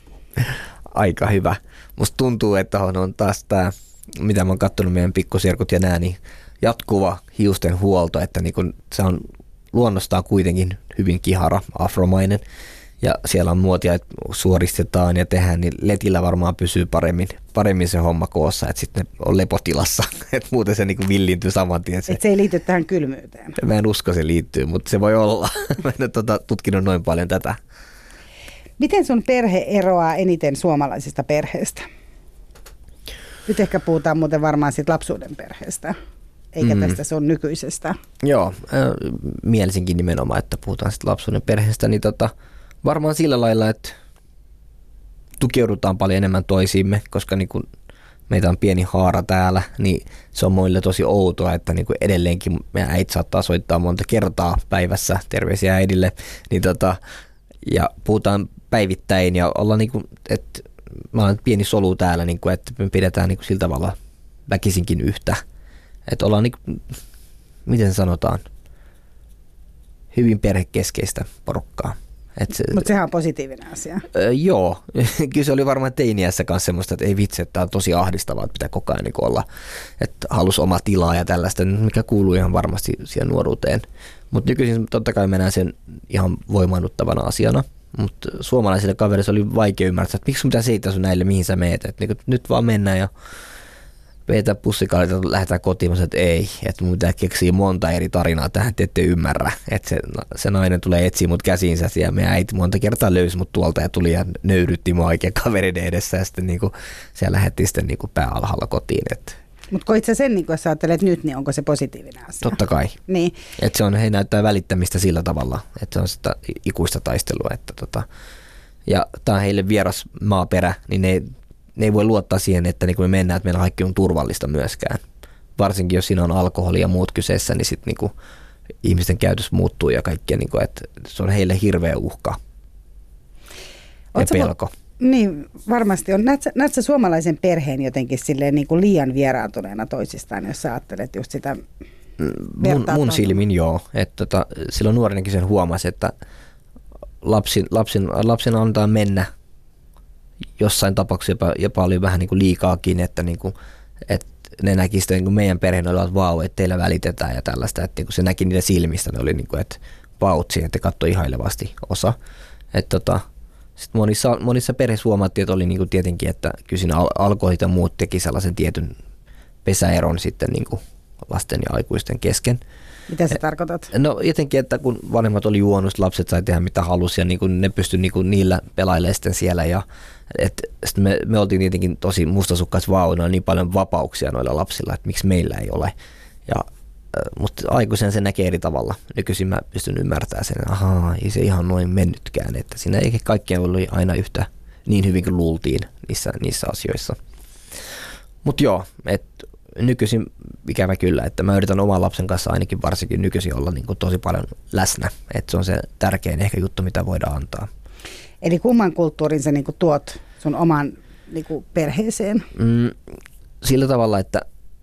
Aika hyvä. Musta tuntuu, että on taas tämä, mitä mä oon katsonut meidän pikkusirkut ja nää, niin jatkuva hiusten huolto, että niin kun se on luonnostaan kuitenkin hyvin kihara, afromainen. Ja siellä on muotia, että suoristetaan ja tehdään, niin letillä varmaan pysyy paremmin se homma koossa, että sitten on lepotilassa, että muuten se niinku villiintyy saman tien. Että se ei liity tähän kylmyyteen. Mä en usko se liittyy, mutta se voi olla. Mä en ole tutkinut noin paljon tätä. Miten sun perhe eroaa eniten suomalaisesta perheestä? Nyt ehkä puhutaan muuten varmaan siitä lapsuuden perheestä, eikä tästä sun nykyisestä. Joo, mielisinkin nimenomaan, että puhutaan sitten lapsuuden perheestä, niin varmaan sillä lailla, että tukeudutaan paljon enemmän toisiimme, koska niin kun meitä on pieni haara täällä, niin se on muille tosi outoa, että niin kun edelleenkin meidän äiti saattaa soittaa monta kertaa päivässä, terveisiä äidille, niin ja puhutaan päivittäin ja ollaan niin kun, että mä olen pieni solu täällä, niin kuin, että me pidetään niin kuin sillä tavalla väkisinkin yhtä. Että ollaan, niin kuin, miten sanotaan, hyvin perhekeskeistä porukkaa. Mutta sehän on positiivinen asia. Joo, kyllä se oli varmaan teiniässä kanssa semmoista, että ei vitsi, että tämä on tosi ahdistavaa, että pitää koko ajan niin olla, että halusi oma tilaa ja tällaista, mikä kuuluu ihan varmasti siihen nuoruuteen. Mutta nykyisin totta kai mennään sen ihan voimaannuttavana asiana, mutta suomalaisille kaverille oli vaikea ymmärtää, että miksi sun pitää seittää sun näille, mihin sä meet, että niin nyt vaan mennään ja vetää pussikaalit ja lähdetään kotiin, että ei, että mun pitää keksiä monta eri tarinaa tähän, te ette ymmärrä, että se nainen tulee etsiä mut käsiinsä ja meidän äiti monta kertaa löysi mut tuolta ja tuli ja nöyrytti mua oikein kavereiden edessä ja sitten niinku, siellä lähdettiin sitten niinku pää alhaalla kotiin. Mutta koit sä sen, niin kun sä ajattelet nyt, niin onko se positiivinen asia? Totta kai. Niin. Että se on, he näyttää välittämistä sillä tavalla, että se on sitä ikuista taistelua. Ja tämä on heille vieras maaperä, niin ne ei voi luottaa siihen, että niin kun me mennään, että meillä kaikki on turvallista myöskään. Varsinkin jos siinä on alkoholi ja muut kyseessä, niin sitten niin ihmisten käytös muuttuu ja kaikkea, niin kun, että se on heille hirveä uhka ja pelko. Niin, varmasti on. Näet sä suomalaisen perheen jotenkin silleen niin kuin liian vieraantuneena toisistaan, jos sä ajattelet just sitä mun silmin joo. Että silloin nuorenakin sen huomasi, että lapsen antaa mennä jossain tapauksessa jopa oli vähän niin kuin liikaakin, että, niin kuin, että ne näki sitä niin kuin meidän perheen oli, että vau, että teillä välitetään ja tällaista, että niin kuin se näki niiden silmistä, ne oli niin kuin, että vaut siihen, että katsoi ihailevasti osa. Että sitten monissa perheissä huomattiin, että oli niin kuin tietenkin, että kyllä siinä alkoholit ja muut teki sellaisen tietyn pesäeron sitten niin kuin lasten ja aikuisten kesken. Mitä sä tarkoitat? No jotenkin, että kun vanhemmat oli juonut, lapset sai tehdä mitä halusi ja niin kuin ne pystyi niin kuin niillä pelailemaan sitten siellä. Ja, sitten me oltiin tietenkin tosi mustasukkaisia vauna, niin paljon vapauksia noilla lapsilla, että miksi meillä ei ole. Mutta aikuisen se näkee eri tavalla. Nykyisin mä pystyn ymmärtämään sen, että ahaa, ei se ihan noin mennytkään. Että siinä ei kaikkea ollut aina yhtä niin hyvin kuin luultiin niissä asioissa. Mutta joo, että nykyisin ikävä kyllä, että mä yritän oman lapsen kanssa ainakin varsinkin nykyisin olla niin kuin tosi paljon läsnä. Että se on se tärkein ehkä juttu, mitä voidaan antaa. Eli kumman kulttuurin sä niin kuin tuot sun oman niin kuin perheeseen? Sillä tavalla, että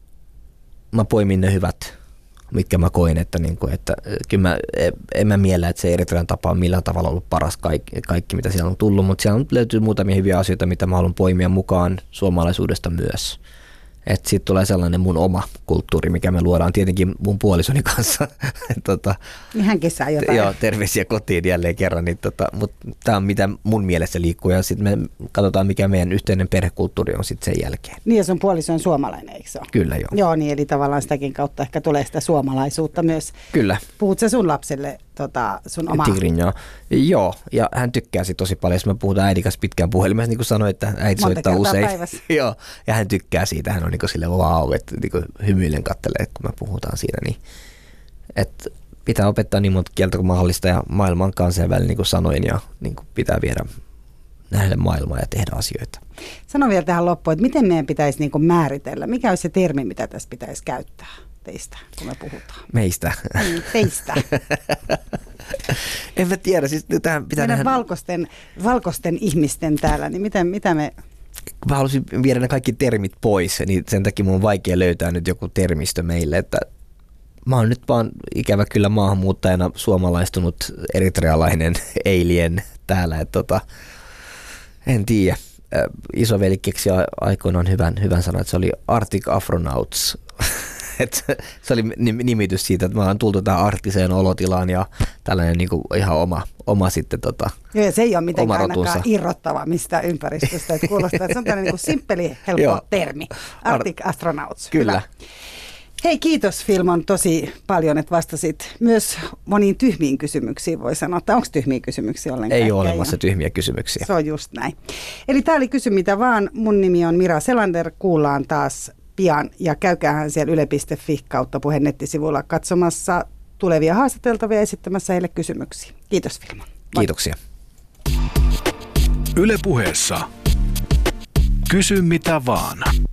mä poimin ne hyvät, mitkä mä koin, että kyllä en mä miellä, että se Eritrean tapa on millään tavalla ollut paras kaikki, mitä siellä on tullut, mutta siellä löytyy muutamia hyviä asioita, mitä mä haluan poimia mukaan suomalaisuudesta myös. Että siitä tulee sellainen mun oma kulttuuri, mikä me luodaan tietenkin mun puolisoni kanssa. Niin hänkin saa jotain. Joo, terveisiä kotiin jälleen kerran. Mutta tämä on mitä mun mielessä liikkuu ja sitten me katsotaan, mikä meidän yhteinen perhekulttuuri on sitten sen jälkeen. Niin ja sun puoliso on suomalainen, eikö se ole? Kyllä joo. Joo, niin eli tavallaan sitäkin kautta ehkä tulee sitä suomalaisuutta myös. Kyllä. Puhut sä sun lapselle sun omaa? Tigrin, joo, ja hän tykkää siitä tosi paljon, jos me puhutaan äidin kanssa pitkään puhelimessa, niin kuin sanoin, että äiti soittaa usein. Päivässä. Joo, ja hän tykkää siitä, hän on niin kuin silleen vau, että niin kuin hymyilen kattelee, kun me puhutaan siinä, niin että pitää opettaa niin monta kieltä kuin mahdollista ja maailman kansainvälinen, niin kuin sanoin, ja niin kuin pitää viedä näille maailmaa ja tehdä asioita. Sano vielä tähän loppuun, että miten meidän pitäisi niin kuin määritellä, mikä olisi se termi, mitä tässä pitäisi käyttää teistä, kun me puhutaan? Meistä. Teistä. En mä tiedä, siis tähän pitää meidän valkoisten ihmisten täällä, niin mitä me... Mä haluaisin viedä ne kaikki termit pois, niin sen takia mun on vaikea löytää nyt joku termistö meille, että mä oon nyt vaan ikävä kyllä maahanmuuttajana suomalaistunut eritrealainen alien täällä, että en tiedä. Isoveli keksi aikoinaan hyvän sanan, että se oli Arctic Afronauts. Se oli nimitys siitä, että mä oon tultu tähän arktiseen olotilaan ja tällainen niin kuin ihan oma sitten Joo, ja se ei ole mitenkään ainakaan irrottava mistään ympäristöstä. Että kuulostaa, että se on tällainen niin kuin simppeli, helppo termi. Arctic Astronauts. Kyllä. Hyvä. Hei, kiitos Filmon tosi paljon, että vastasit myös moniin tyhmiin kysymyksiin, voi sanoa. Onko tyhmiä kysymyksiä ollenkaan? Ei ole olemassa tyhmiä kysymyksiä. Se on just näin. Eli tämä oli Kysy mitä vaan. Mun nimi on Mira Selander. Kuullaan taas pian ja käykäähän siellä yle.fi kautta Puheen nettisivuilla katsomassa tulevia haastateltavia ja esittämässä heille kysymyksiä. Kiitos Filmo. Kiitoksia. Yle Puheessa Kysy mitä vaan.